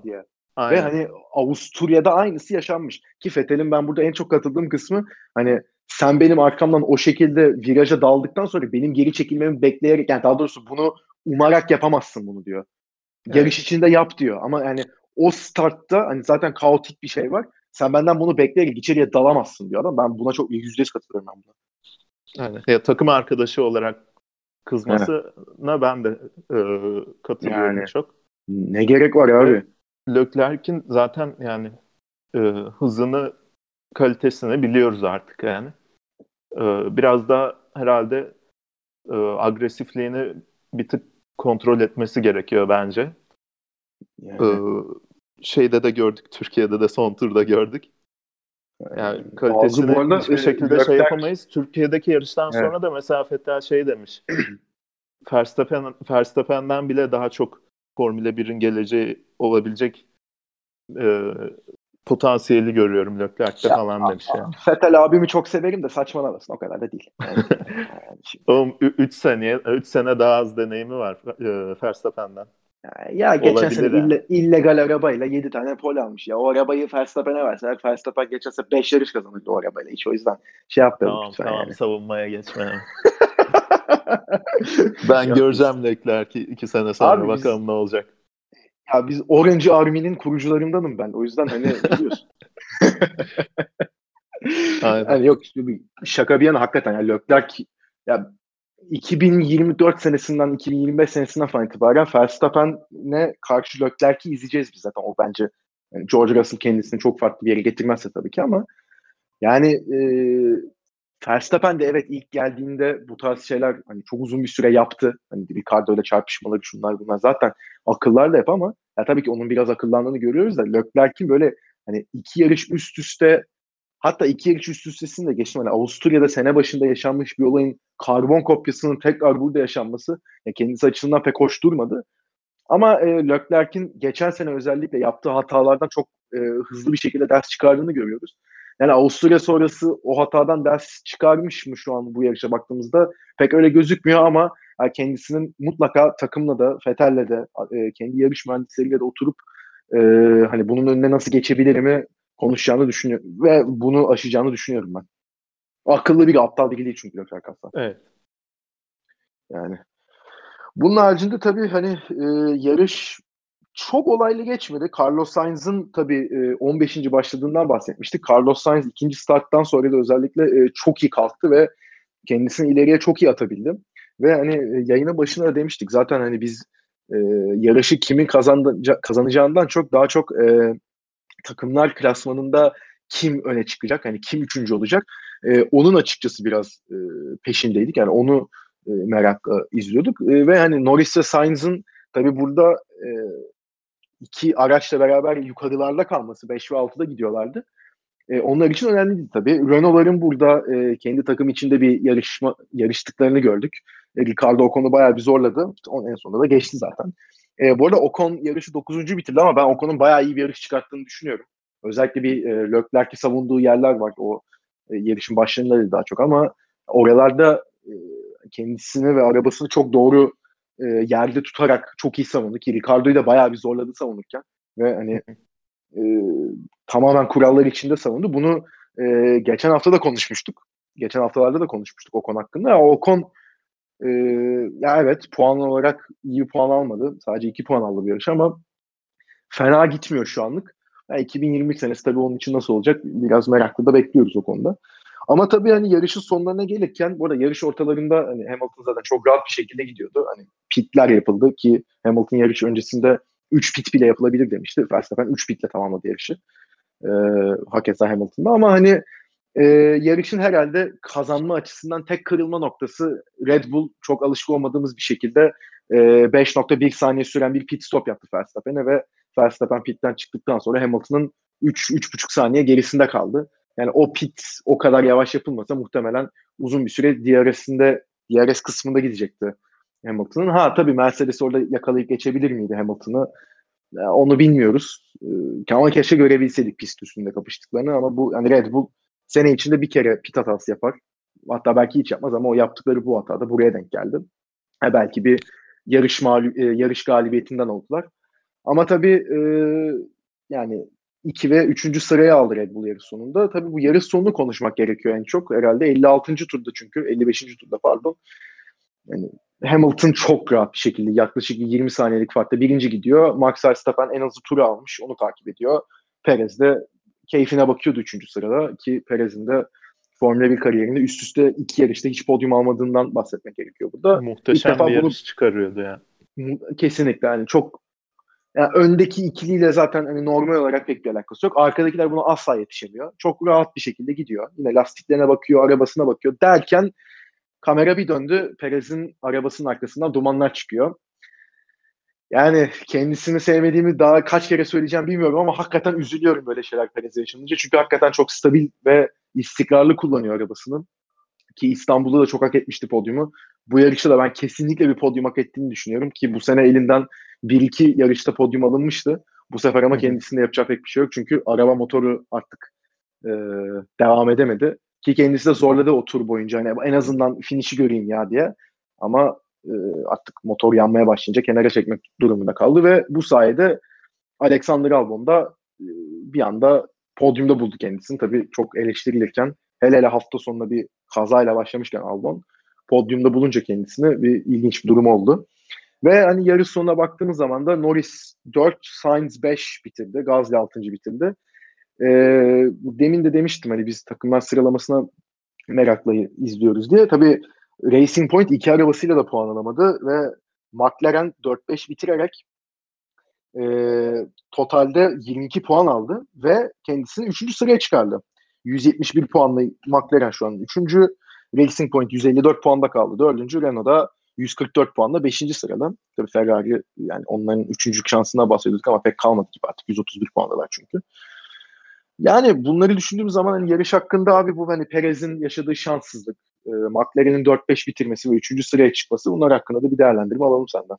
Ve Aynen. hani Avusturya'da aynısı yaşanmış. Ki Vettel'in ben burada en çok katıldığım kısmı hani sen benim arkamdan o şekilde viraja daldıktan sonra benim geri çekilmemi bekleyerek, yani daha doğrusu bunu umarak yapamazsın bunu diyor. Evet. Yarış içinde yap diyor. Ama yani o startta hani zaten kaotik bir şey var. Sen benden bunu bekleyerek içeriye dalamazsın diyor adam. Ben buna çok yüzde yüz katılıyorum ben buna. Aynen. Ya, takım arkadaşı olarak He. kızmasına ben de e, katılıyorum Yani çok. ne gerek var Ve abi? Leclerc'in zaten yani e, hızını, kalitesini biliyoruz artık yani. E, biraz da herhalde e, agresifliğini bir tık kontrol etmesi gerekiyor bence. E, Yani şeyde de gördük, Türkiye'de de son turda gördük. Yani bazı bu kalitesini arada hiçbir e, şekilde şey Leclerc, yapamayız. Türkiye'deki yarıştan evet. sonra da mesela Vettel şey demiş. Verstappen, Verstappen'den bile daha çok Formula birin geleceği olabilecek e, potansiyeli görüyorum Leclerc'te Ya, falan demiş yani. Vettel abimi çok severim de saçmalamasın, o kadar da değil. Yani, yani şimdi, Oğlum üç seneye üç sene daha az deneyimi var e, Verstappen'den. ya geçen sene Olabilir yani. ille, illegal arabayla yedi tane pol almış ya. O arabayı Verstappen'e verseler Verstappen geçen sene beş yarış kazanırdı o arabayla. Hiç o yüzden şey yapmayalım Tamam lütfen tamam, yani. savunmaya geçme. Ben Yok biz. göreceğim Leclerc'i iki sene sonra, Abi biz bakalım ne olacak. ya biz Orange Army'nin kurucularındanım ben. O yüzden hani biliyorsun. Aynen. Yani yok işte bir şaka bir yana hakikaten yani Leclerc ya iki bin yirmi dört senesinden iki bin yirmi beş senesinden falan itibaren Verstappen'e karşı Leclerc'i izleyeceğiz biz zaten. O bence yani George Russell kendisini çok farklı bir yere getirmezse tabii ki ama yani e, Verstappen de evet ilk geldiğinde bu tarz şeyler hani çok uzun bir süre yaptı. Hani Ricardo ile çarpışmaları şunlar bunlar zaten akıllarla hep ama ya tabii ki onun biraz akıllandığını görüyoruz da Leclerc'in böyle hani iki yarış üst üste, hatta iki yarış üst üstesini de geçtim. Hani Avusturya'da sene başında yaşanmış bir olayın karbon kopyasının tekrar burada yaşanması ya kendisi açısından pek hoş durmadı. Ama e, Leclerc'in geçen sene özellikle yaptığı hatalardan çok e, hızlı bir şekilde ders çıkardığını görüyoruz. Yani Avusturya sonrası o hatadan ders çıkarmış mı şu an bu yarışa baktığımızda pek öyle gözükmüyor ama yani kendisinin mutlaka takımla da Vettel'le de e, kendi yarış mühendisleriyle de oturup e, hani bunun önüne nasıl geçebilirimi konuşacağını düşünüyorum ve bunu aşacağını düşünüyorum ben. Akıllı bir aptal değil çünkü Leclerc aslında. Evet. Yani bunun haricinde tabii hani e, yarış çok olaylı geçmedi. Carlos Sainz'ın tabii e, on beşinci başladığından bahsetmiştik. Carlos Sainz ikinci starttan sonra da özellikle e, çok iyi kalktı ve kendisini ileriye çok iyi atabildi. Ve hani e, yayının başında da demiştik zaten hani biz e, yarışı kimin kazanca, kazanacağından çok daha çok e, takımlar klasmanında kim öne çıkacak, hani kim üçüncü olacak, e, onun açıkçası biraz e, peşindeydik. Yani onu e, merakla izliyorduk. E, ve hani Norris ve Sainz'ın tabii burada e, iki araçla beraber yukarılarda kalması, beş ve altıda gidiyorlardı. E, onlar için önemliydi tabii. Renault'ların burada e, kendi takım içinde bir yarışma yarıştıklarını gördük. E, Ricardo Ocon'u bayağı bir zorladı. On, en sonunda da geçti zaten. E, bu arada Ocon yarışı dokuzuncu bitirdi ama ben Ocon'un bayağı iyi bir yarış çıkarttığını düşünüyorum. Özellikle bir e, Leclerc'i savunduğu yerler var. O e, yarışın başlarında daha çok ama oralarda e, kendisini ve arabasını çok doğru e, yerde tutarak çok iyi savundu ki Ricardo'yu da bayağı bir zorladı savunurken ve hani e, tamamen kurallar içinde savundu. Bunu e, geçen hafta da konuşmuştuk. Geçen haftalarda da konuşmuştuk Ocon hakkında. Ya Ocon e, ya evet puan olarak iyi puan almadı. Sadece iki puan aldı bir yarış ama fena gitmiyor şu anlık. Yani iki bin yirmi senesi tabii onun için nasıl olacak biraz meraklı da bekliyoruz o konuda. Ama tabii hani yarışın sonlarına gelirken bu arada yarış ortalarında hani Hamilton zaten çok rahat bir şekilde gidiyordu. Hani pitler yapıldı ki Hamilton yarış öncesinde üç pit bile yapılabilir demişti. Verstappen üç pitle tamamladı yarışı. Ee, hakeza Hamilton'da ama hani e, yarışın herhalde kazanma açısından tek kırılma noktası Red Bull çok alışık olmadığımız bir şekilde e, beş nokta bir saniye süren bir pit stop yaptı Verstappen'e ve Verstappen pitten çıktıktan sonra Hamilton'ın üç üç buçuk saniye gerisinde kaldı. Yani o pit o kadar yavaş yapılmasa muhtemelen uzun bir süre D R S'inde D R S kısmında gidecekti Hamilton'ın. Ha tabii Mercedes orada yakalayıp geçebilir miydi Hamilton'ı? Ya, onu bilmiyoruz. Ee, ama keşke görebilseydik pist üstünde kapıştıklarını ama bu yani Red Bull sene içinde bir kere pit hatası yapar. Hatta belki hiç yapmaz ama o yaptıkları bu hatada buraya denk geldi. Ha, belki bir yarış mağlu- e, yarış galibiyetinden oldular. Ama tabii e, yani iki ve üçüncü sıraya aldı Red Bull yarış sonunda. Tabii bu yarış sonunu konuşmak gerekiyor en çok. Herhalde elli altıncı turda çünkü elli beşinci turda pardon. Yani Hamilton çok rahat bir şekilde yaklaşık yirmi saniyelik farkla birinci gidiyor. Max Verstappen en azı turu almış. Onu takip ediyor. Perez de keyfine bakıyordu üçüncü sırada ki Perez'in de Formula bir kariyerinde üst üste iki yarışta hiç podyum almadığından bahsetmek gerekiyor burada. İlk Muhteşem bir defa bunu yarış çıkarıyordu ya. kesinlikle yani çok yani öndeki ikiliyle zaten hani normal olarak pek bir alakası yok. Arkadakiler buna asla yetişemiyor. Çok rahat bir şekilde gidiyor. Yine lastiklerine bakıyor, arabasına bakıyor derken kamera bir döndü. Perez'in arabasının arkasından dumanlar çıkıyor. Yani kendisini sevmediğimi daha kaç kere söyleyeceğim bilmiyorum ama hakikaten üzülüyorum böyle şeyler Perez'e yaşanınca. Çünkü hakikaten çok stabil ve istikrarlı kullanıyor arabasını. Ki İstanbul'da da çok hak etmişti podyumu. Bu yarışta da ben kesinlikle bir podyum hak ettiğini düşünüyorum ki bu sene elinden bir iki yarışta podyum alınmıştı. Bu sefer ama kendisinde yapacak pek bir şey yok. Çünkü araba motoru artık e, devam edemedi. Ki kendisi de zorladı o tur boyunca. Yani en azından finişi göreyim ya diye. Ama e, artık motor yanmaya başlayınca kenara çekmek durumunda kaldı ve bu sayede Alexander Albon da e, bir anda podyumda buldu kendisini. Tabii çok eleştirilirken hele hele hafta sonunda bir kazayla başlamışken Albon podyumda bulunca kendisini bir ilginç bir durum oldu. Ve hani yarış sonuna baktığımız zaman da Norris dört, Sainz beş bitirdi. Gasly altıncı bitirdi. Ee, demin de demiştim hani biz takımlar sıralamasına merakla izliyoruz diye. Tabii Racing Point iki arabasıyla da puan alamadı ve McLaren dört beş bitirerek e, totalde yirmi iki puan aldı ve kendisini üçüncü sıraya çıkardı. yüz yetmiş bir puanla McLaren şu an üçüncü. Racing Point yüz elli dört puanda kaldı. dördüncü. Renault da yüz kırk dört puanla beşinci sırada. Tabii Ferrari yani onların üçüncü şansına bahsediyorduk ama pek kalmadı gibi artık. yüz otuz bir puandalar çünkü. Yani bunları düşündüğüm zaman hani yarış hakkında abi bu hani Perez'in yaşadığı şanssızlık, e, McLaren'in dört beş bitirmesi ve üçüncü sıraya çıkması bunlar hakkında da bir değerlendirme alalım senden.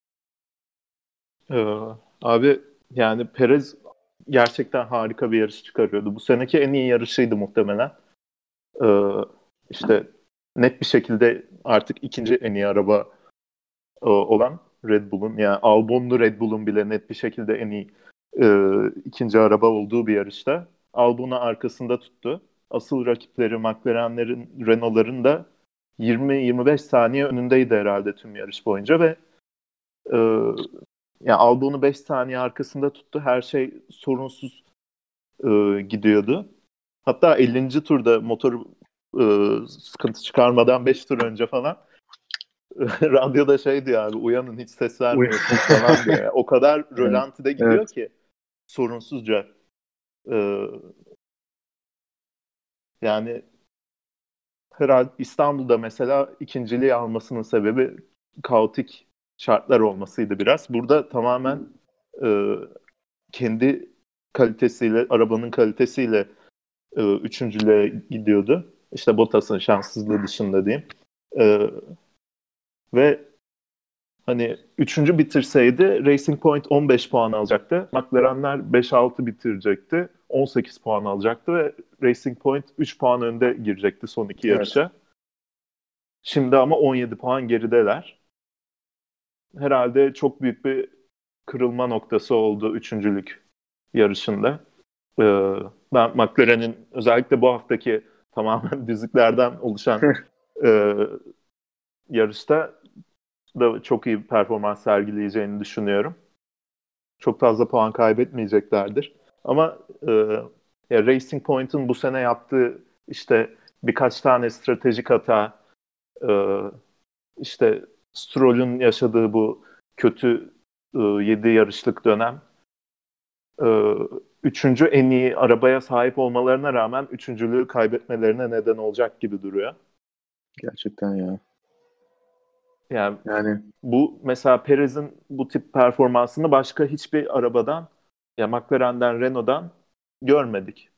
Ee, abi yani Perez gerçekten harika bir yarış çıkarıyordu. Bu seneki en iyi yarışıydı muhtemelen. Ee, işte net bir şekilde artık ikinci en iyi araba e, olan Red Bull'un yani Albon'lu Red Bull'un bile net bir şekilde en iyi e, ikinci araba olduğu bir yarışta. Albon'u arkasında tuttu. Asıl rakipleri McLaren'lerin, Renault'ların da yirmi yirmi beş saniye önündeydi herhalde tüm yarış boyunca ve e, yani Albon'u beş saniye arkasında tuttu. Her şey sorunsuz e, gidiyordu. Hatta ellinci turda motor e, sıkıntı çıkarmadan beş tur önce falan radyoda şey diyor abi uyanın hiç ses vermiyorsunuz falan diye. O kadar Evet. rölantide gidiyor Evet. ki sorunsuzca. E, yani herhalde İstanbul'da mesela ikinciliği almasının sebebi kaotik şartlar olmasıydı biraz. Burada tamamen e, kendi kalitesiyle, arabanın kalitesiyle e, üçüncülüğe gidiyordu. İşte Bottas'ın şanssızlığı dışında diyeyim. E, ve hani üçüncü bitirseydi Racing Point on beş puan alacaktı. McLaren'ler beş altı bitirecekti. on sekiz puan alacaktı ve Racing Point üç puan önde girecekti son iki Evet. yarışa. Şimdi ama on yedi puan gerideler. Herhalde çok büyük bir kırılma noktası oldu üçüncülük yarışında. Ee, ben McLaren'in özellikle bu haftaki tamamen düzlüklerden oluşan e, yarışta da çok iyi bir performans sergileyeceğini düşünüyorum. Çok fazla puan kaybetmeyeceklerdir. Ama e, ya Racing Point'in bu sene yaptığı işte birkaç tane stratejik hata, e, işte Stroll'ün yaşadığı bu kötü e, yedi yarışlık dönem, e, üçüncü en iyi arabaya sahip olmalarına rağmen üçüncülüğü kaybetmelerine neden olacak gibi duruyor. Gerçekten ya. Yani Yani bu mesela Perez'in bu tip performansını başka hiçbir arabadan ya McLaren'den, Renault'dan görmedik.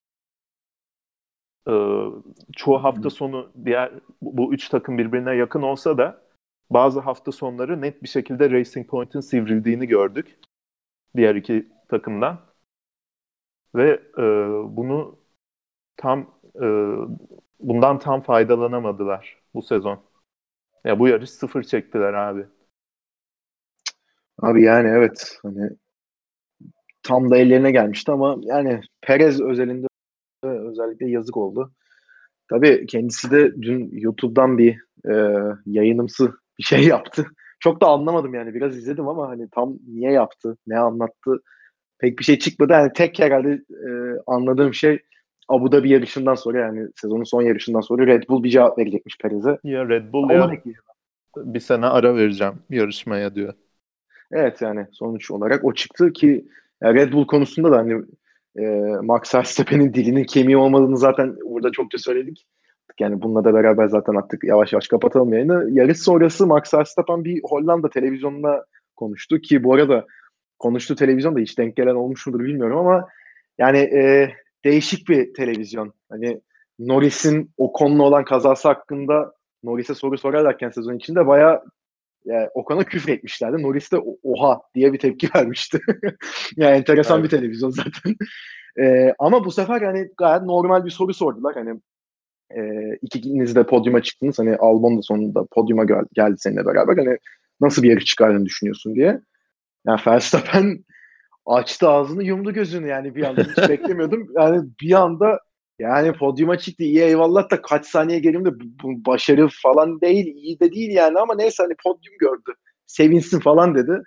Ee, çoğu hafta sonu diğer bu bu üç takım birbirine yakın olsa da bazı hafta sonları net bir şekilde Racing Point'in sivrildiğini gördük diğer iki takımdan ve e, bunu tam e, bundan tam faydalanamadılar bu sezon. Ya bu yarış sıfır çektiler abi. abi yani evet hani tam da ellerine gelmişti ama yani Perez özelinde özellikle yazık oldu. Tabii kendisi de dün YouTube'dan bir e, yayınımsı bir şey yaptı. Çok da anlamadım yani. Biraz izledim ama hani tam niye yaptı, ne anlattı pek bir şey çıkmadı. Yani tek herhalde e, anladığım şey Abu Dhabi yarışından sonra yani sezonun son yarışından sonra Red Bull bir cevap verecekmiş Perez'e. Ya Red Bull Onu ya bekleyeceğim. bir sene ara vereceğim yarışmaya diyor. Evet yani sonuç olarak o çıktı ki yani Red Bull konusunda da hani e, Max Verstappen'in dilinin kemiği olmadığını zaten burada çokça söyledik. Yani bununla da beraber zaten artık yavaş yavaş kapatalım yayını. Yarış sonrası Max Verstappen bir Hollanda televizyonunda konuştu ki bu arada konuştuğu televizyonda hiç denk gelen olmuş mudur bilmiyorum ama yani e, değişik bir televizyon. Hani Norris'in Ocon'la olan kazası hakkında Norris'e soru sorarlarken sezon içinde bayağı yani Ocon'a küfür etmişlerdi. Norris de oha diye bir tepki vermişti. Yani enteresan Evet. bir televizyon zaten. E, ama bu sefer yani gayet normal bir soru sordular. Hani e, ikiniz de podyuma çıktınız. Hani Albon da sonunda podyuma gel- geldi seninle beraber. Hani nasıl bir yarış çıkardığını düşünüyorsun diye. Yani Verstappen açtı ağzını yumdu gözünü yani bir anda hiç beklemiyordum. Yani bir anda yani podyuma çıktı iyi eyvallah da kaç saniye gerimde bu, bu başarı falan değil iyi de değil yani ama neyse hani podyum gördü. Sevinsin falan dedi.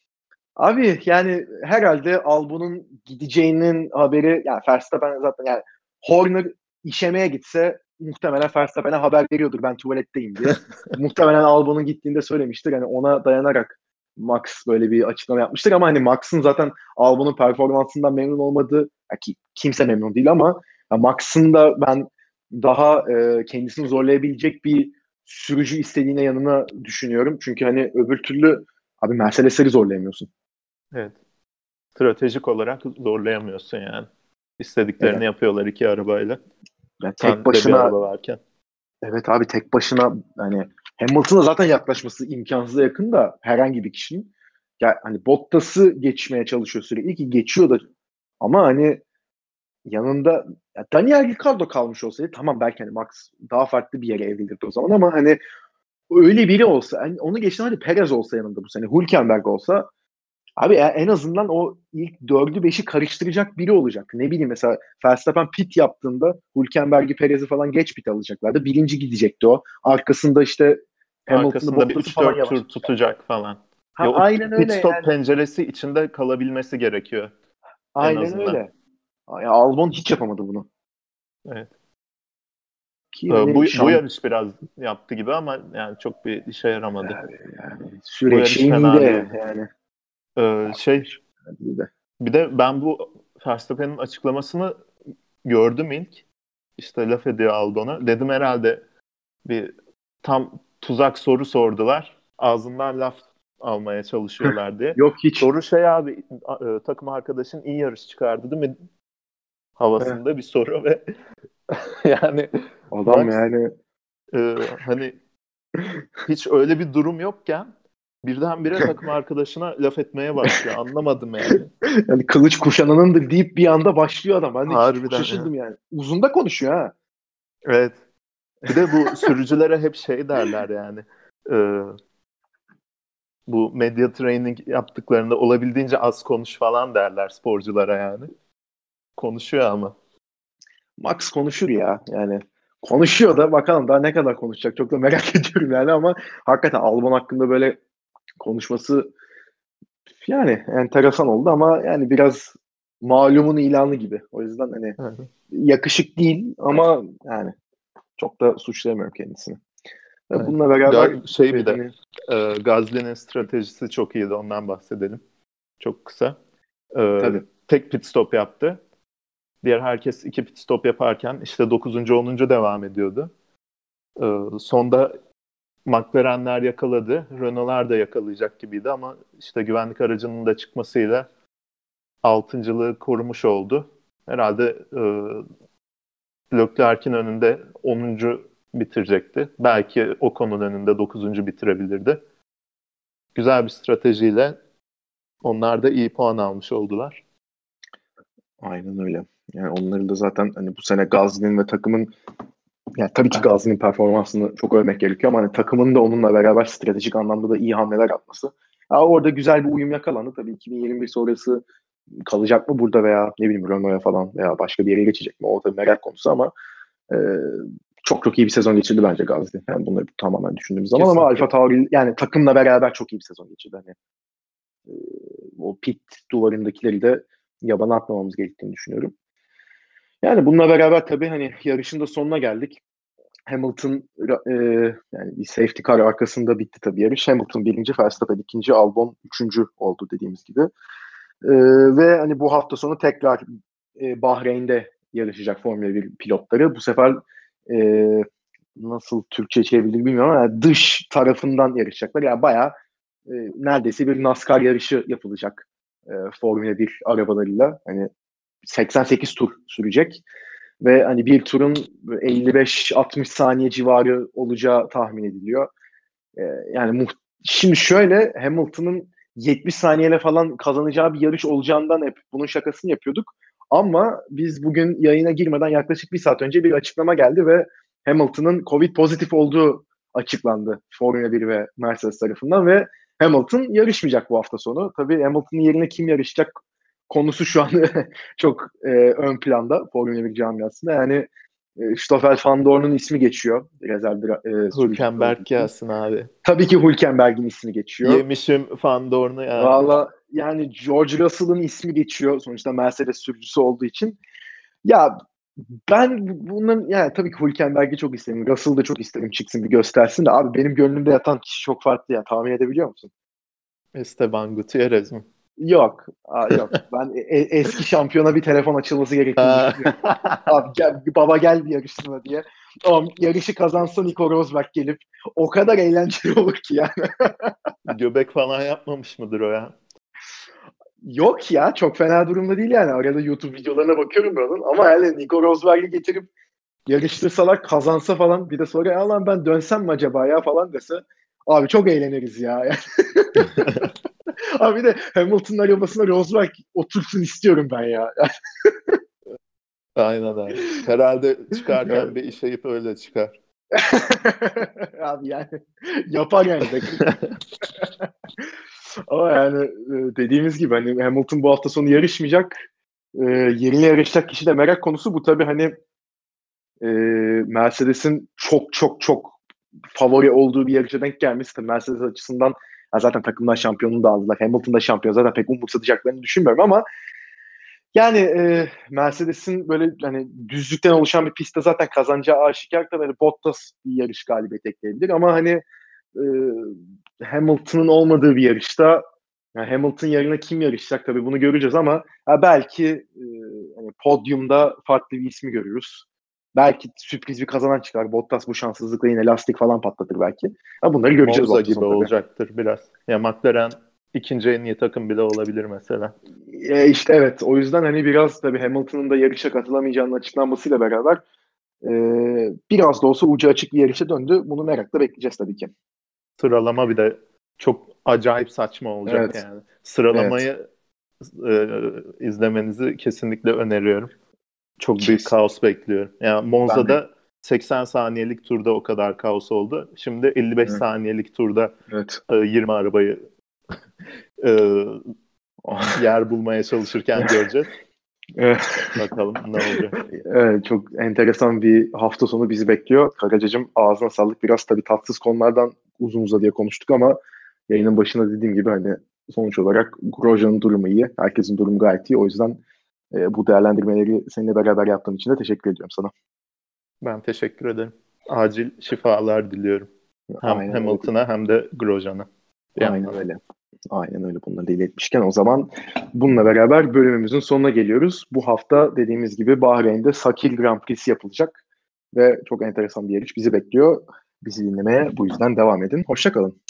Abi yani herhalde Albon'un gideceğinin haberi yani Verstappen zaten yani Horner işemeye gitse muhtemelen Verstappen'e haber veriyordur ben tuvaletteyim diye. Muhtemelen Albon'un gittiğinde söylemiştir. Yani ona dayanarak Max böyle bir açıklama yapmıştır ama hani Max'ın zaten Albon'un performansından memnun olmadığı yani ki kimse memnun değil ama yani Max'ın da ben daha e, kendisini zorlayabilecek bir sürücü istediğine yanına düşünüyorum. Çünkü hani öbür türlü abi Mercedes'leri zorlayamıyorsun. Evet. Stratejik olarak zorlayamıyorsun yani. İstediklerini Evet. yapıyorlar iki arabayla. Yani tek Sen de bir başına araba varken. evet abi tek başına hani Hamilton'a zaten yaklaşması imkansıza yakın da herhangi bir kişinin ya hani Bottas'ı geçmeye çalışıyor sürekli ki geçiyor da ama hani yanında ya Daniel Ricciardo kalmış olsaydı tamam belki hani Max daha farklı bir yere evrilirdi o zaman ama hani öyle biri olsa hani onu geçtim hadi Perez olsa yanında bu sene Hülkenberg olsa abi e- en azından o ilk dördü beşi karıştıracak biri olacak. Ne bileyim mesela Verstappen pit yaptığında Hülkenberg'i Perez'i falan geç pit alacaklardı. Birinci gidecekti o. Arkasında işte Hamilton'ı Arkasında bir Bottas'ı üç falan dört yavaş. tur tutacak falan. Ha Ya o aynen pit öyle stop yani. penceresi içinde kalabilmesi gerekiyor en Aynen azından. öyle. Ya Albon hiç yapamadı bunu. Evet. Ki Ee, Bu, yani bu şamp yarış biraz yaptı gibi ama yani çok bir işe yaramadı. yani, yani Bu süreç yarış şeyini fena de değildi. yani Ee, şey de. bir de ben bu Verstappen'in açıklamasını gördüm ilk. İşte laf ediyor Albon'a. Dedim herhalde bir tam tuzak soru sordular. Ağzından laf almaya çalışıyorlar diye. Yok hiç. Soru şey abi e, takım arkadaşın iyi yarış çıkardı değil mi? Eh, Havasında bir soru ve yani adam Max yani e, hani hiç öyle bir durum yokken birdenbire takım arkadaşına laf etmeye başlıyor. Anlamadım yani. yani kılıç kuşananındır deyip bir anda başlıyor adam. Ben de çok Harbiden ya. şaşırdım yani. Uzun da konuşuyor ha. Evet. Bir de bu sürücülere hep şey derler yani. E, bu medya training yaptıklarında olabildiğince az konuş falan derler sporculara yani. Konuşuyor ama. Max konuşur ya yani. Konuşuyor da bakalım daha ne kadar konuşacak. Çok da merak ediyorum yani ama hakikaten Albon hakkında böyle konuşması yani enteresan oldu ama yani biraz malumun ilanı gibi. O yüzden hani Hı. yakışık değil ama yani çok da suçlayamıyorum kendisini. Ve Evet. bununla beraber Ga- şey bir de hani e, Gasly'nin stratejisi çok iyiydi. Ondan bahsedelim. Çok kısa. E, tabii tek pit stop yaptı. Diğer herkes iki pit stop yaparken işte dokuzuncu onuncu devam ediyordu. E, sonda McLaren'ler yakaladı. Renault'lar da yakalayacak gibiydi ama işte güvenlik aracının da çıkmasıyla altıncılığı korumuş oldu. Herhalde e, Leclerc'in önünde onuncu bitirecekti. Belki Ocon'un önünde dokuzuncu bitirebilirdi. Güzel bir stratejiyle onlar da iyi puan almış oldular. aynen öyle. Yani onların da zaten hani bu sene Gazli'nin ve takımın yani tabii ki Gazli'nin performansını çok övmek gerekiyor ama hani takımın da onunla beraber stratejik anlamda da iyi hamleler yapması. Ya orada güzel bir uyum yakalandı. Tabii iki bin yirmi bir sonrası kalacak mı burada veya ne bileyim Renault'a falan veya başka bir yere geçecek mi? O tabii merak konusu ama e, çok çok iyi bir sezon geçirdi bence Gasly. Yani bunları tamamen düşündüğümüz zaman Kesinlikle. ama Alfa Tauri yani takımla beraber çok iyi bir sezon geçirdi. Hani e, o pit duvarındakileri de yabana atmamamız gerektiğini düşünüyorum. Yani bununla beraber tabii hani yarışın da sonuna geldik. Hamilton e, yani bir safety car arkasında bitti tabii yarış. Hamilton birinci, Verstappen ikinci, Albon üçüncü oldu dediğimiz gibi. E, ve hani bu hafta sonu tekrar e, Bahreyn'de yarışacak Formula bir pilotları. Bu sefer e, nasıl Türkçe çevrilir bilmiyorum ama yani dış tarafından yarışacaklar. Yani bayağı e, neredeyse bir NASCAR yarışı yapılacak e, Formula bir arabalarıyla. Hani seksen sekiz tur sürecek. Ve hani bir turun elli beş altmış saniye civarı olacağı tahmin ediliyor. Ee, yani muht- şimdi şöyle Hamilton'ın yetmiş saniyeyle falan kazanacağı bir yarış olacağından hep bunun şakasını yapıyorduk. Ama biz bugün yayına girmeden yaklaşık bir saat önce bir açıklama geldi ve Hamilton'ın Covid pozitif olduğu açıklandı Formula bir ve Mercedes tarafından ve Hamilton yarışmayacak bu hafta sonu. Tabii Hamilton'ın yerine kim yarışacak konusu şu an çok e, ön planda Formula bir camiasında. Yani e, Stoffel Van Dorn'un ismi geçiyor rezerv e, sürücüsü olduğu Hülkenberg için. gelsin abi. Tabii ki Hülkenberg'in ismi geçiyor. Yemişim Van Dorn'u ya. Valla yani George Russell'ın ismi geçiyor. Sonuçta Mercedes sürücüsü olduğu için. Ya ben bunun yani tabii ki Hülkenberg'i çok isterim. Russell'ı da çok isterim çıksın bir göstersin de abi benim gönlümde yatan kişi çok farklı ya. Tahmin edebiliyor musun? Esteban Gutierrez mi? Yok. Aa, yok. Ben e- eski şampiyona bir telefon açılması gerektiğini düşünüyorum. Abi gel, baba gel bir yarışsına diye. Tamam yarışı kazansa Nico Rosberg gelip o kadar eğlenceli olur ki yani. Göbek falan yapmamış mıdır o ya? Yok ya çok fena durumda değil yani. Arada YouTube videolarına bakıyorum ben onun. Ama yani Nico Rosberg'i getirip yarıştırsalar kazansa falan bir de sonra ya lan ben dönsem mi acaba ya falan dese. Abi çok eğleniriz ya. Abi bir de Hamilton'ın arabasına Rosberg otursun istiyorum ben ya. Aynen abi. Herhalde çıkarken bir işeyip öyle çıkar. Abi yani yapar yani dakika. Ama yani e, dediğimiz gibi hani Hamilton bu hafta sonu yarışmayacak. E, yerine yarışacak kişi de merak konusu. Bu tabii hani e, Mercedes'in çok çok çok favori olduğu bir yarışa denk gelmesi. Tabii Mercedes açısından ya zaten takımdan şampiyonluğunu da aldılar. Hamilton da şampiyon. Zaten pek umursatacaklarını düşünmüyorum ama yani e, Mercedes'in böyle hani düzlükten oluşan bir pistte zaten kazanacağı aşikar. Tabii hani Bottas bir yarış galibiyeti ekleyebilir ama hani e, Hamilton'ın olmadığı bir yarışta yani Hamilton yerine kim yarışacak tabii bunu göreceğiz ama ha belki e, hani podyumda farklı bir ismi görürüz. Belki sürpriz bir kazanan çıkar. Bottas bu şanssızlıkla yine lastik falan patlatır belki. Ha bunları göreceğiz bu Monza hafta gibi sonu tabii. olacaktır biraz. Ya McLaren ikinci en iyi takım bile olabilir mesela. E işte evet o yüzden hani biraz tabii Hamilton'ın da yarışa katılamayacağının açıklanmasıyla beraber e, biraz da olsa ucu açık bir yarışa döndü. Bunu merakla bekleyeceğiz tabii ki. Sıralama bir de çok acayip saçma olacak Evet. yani. Evet. Sıralamayı e, izlemenizi kesinlikle öneriyorum. Çok büyük Kesin. kaos bekliyorum. Yani Ben de. Monza'da seksen saniyelik turda o kadar kaos oldu. Şimdi elli beş Evet. saniyelik turda Evet. e, yirmi arabayı e, yer bulmaya çalışırken göreceğiz. Evet. Bakalım ne olacak. Evet, çok enteresan bir hafta sonu bizi bekliyor. Karacacığım ağzına sağlık. Biraz tabii tatsız konulardan uzun uzadıya konuştuk ama yayının başında dediğim gibi hani sonuç olarak Grosjean'ın durumu iyi. Herkesin durumu gayet iyi. O yüzden e, bu değerlendirmeleri seninle beraber yaptığım için de teşekkür ediyorum sana. Ben teşekkür ederim. Acil şifalar diliyorum. Hem Aynen öyle. Hamilton'a hem de Grosjean'a. Bir Aynen yandan. öyle. Aynen öyle bunları da iletmişken o zaman bununla beraber bölümümüzün sonuna geliyoruz. Bu hafta dediğimiz gibi Bahreyn'de Sakir Grand Prix'si yapılacak ve çok enteresan bir yarış bizi bekliyor. Bizi dinlemeye bu yüzden devam edin. Hoşça kalın.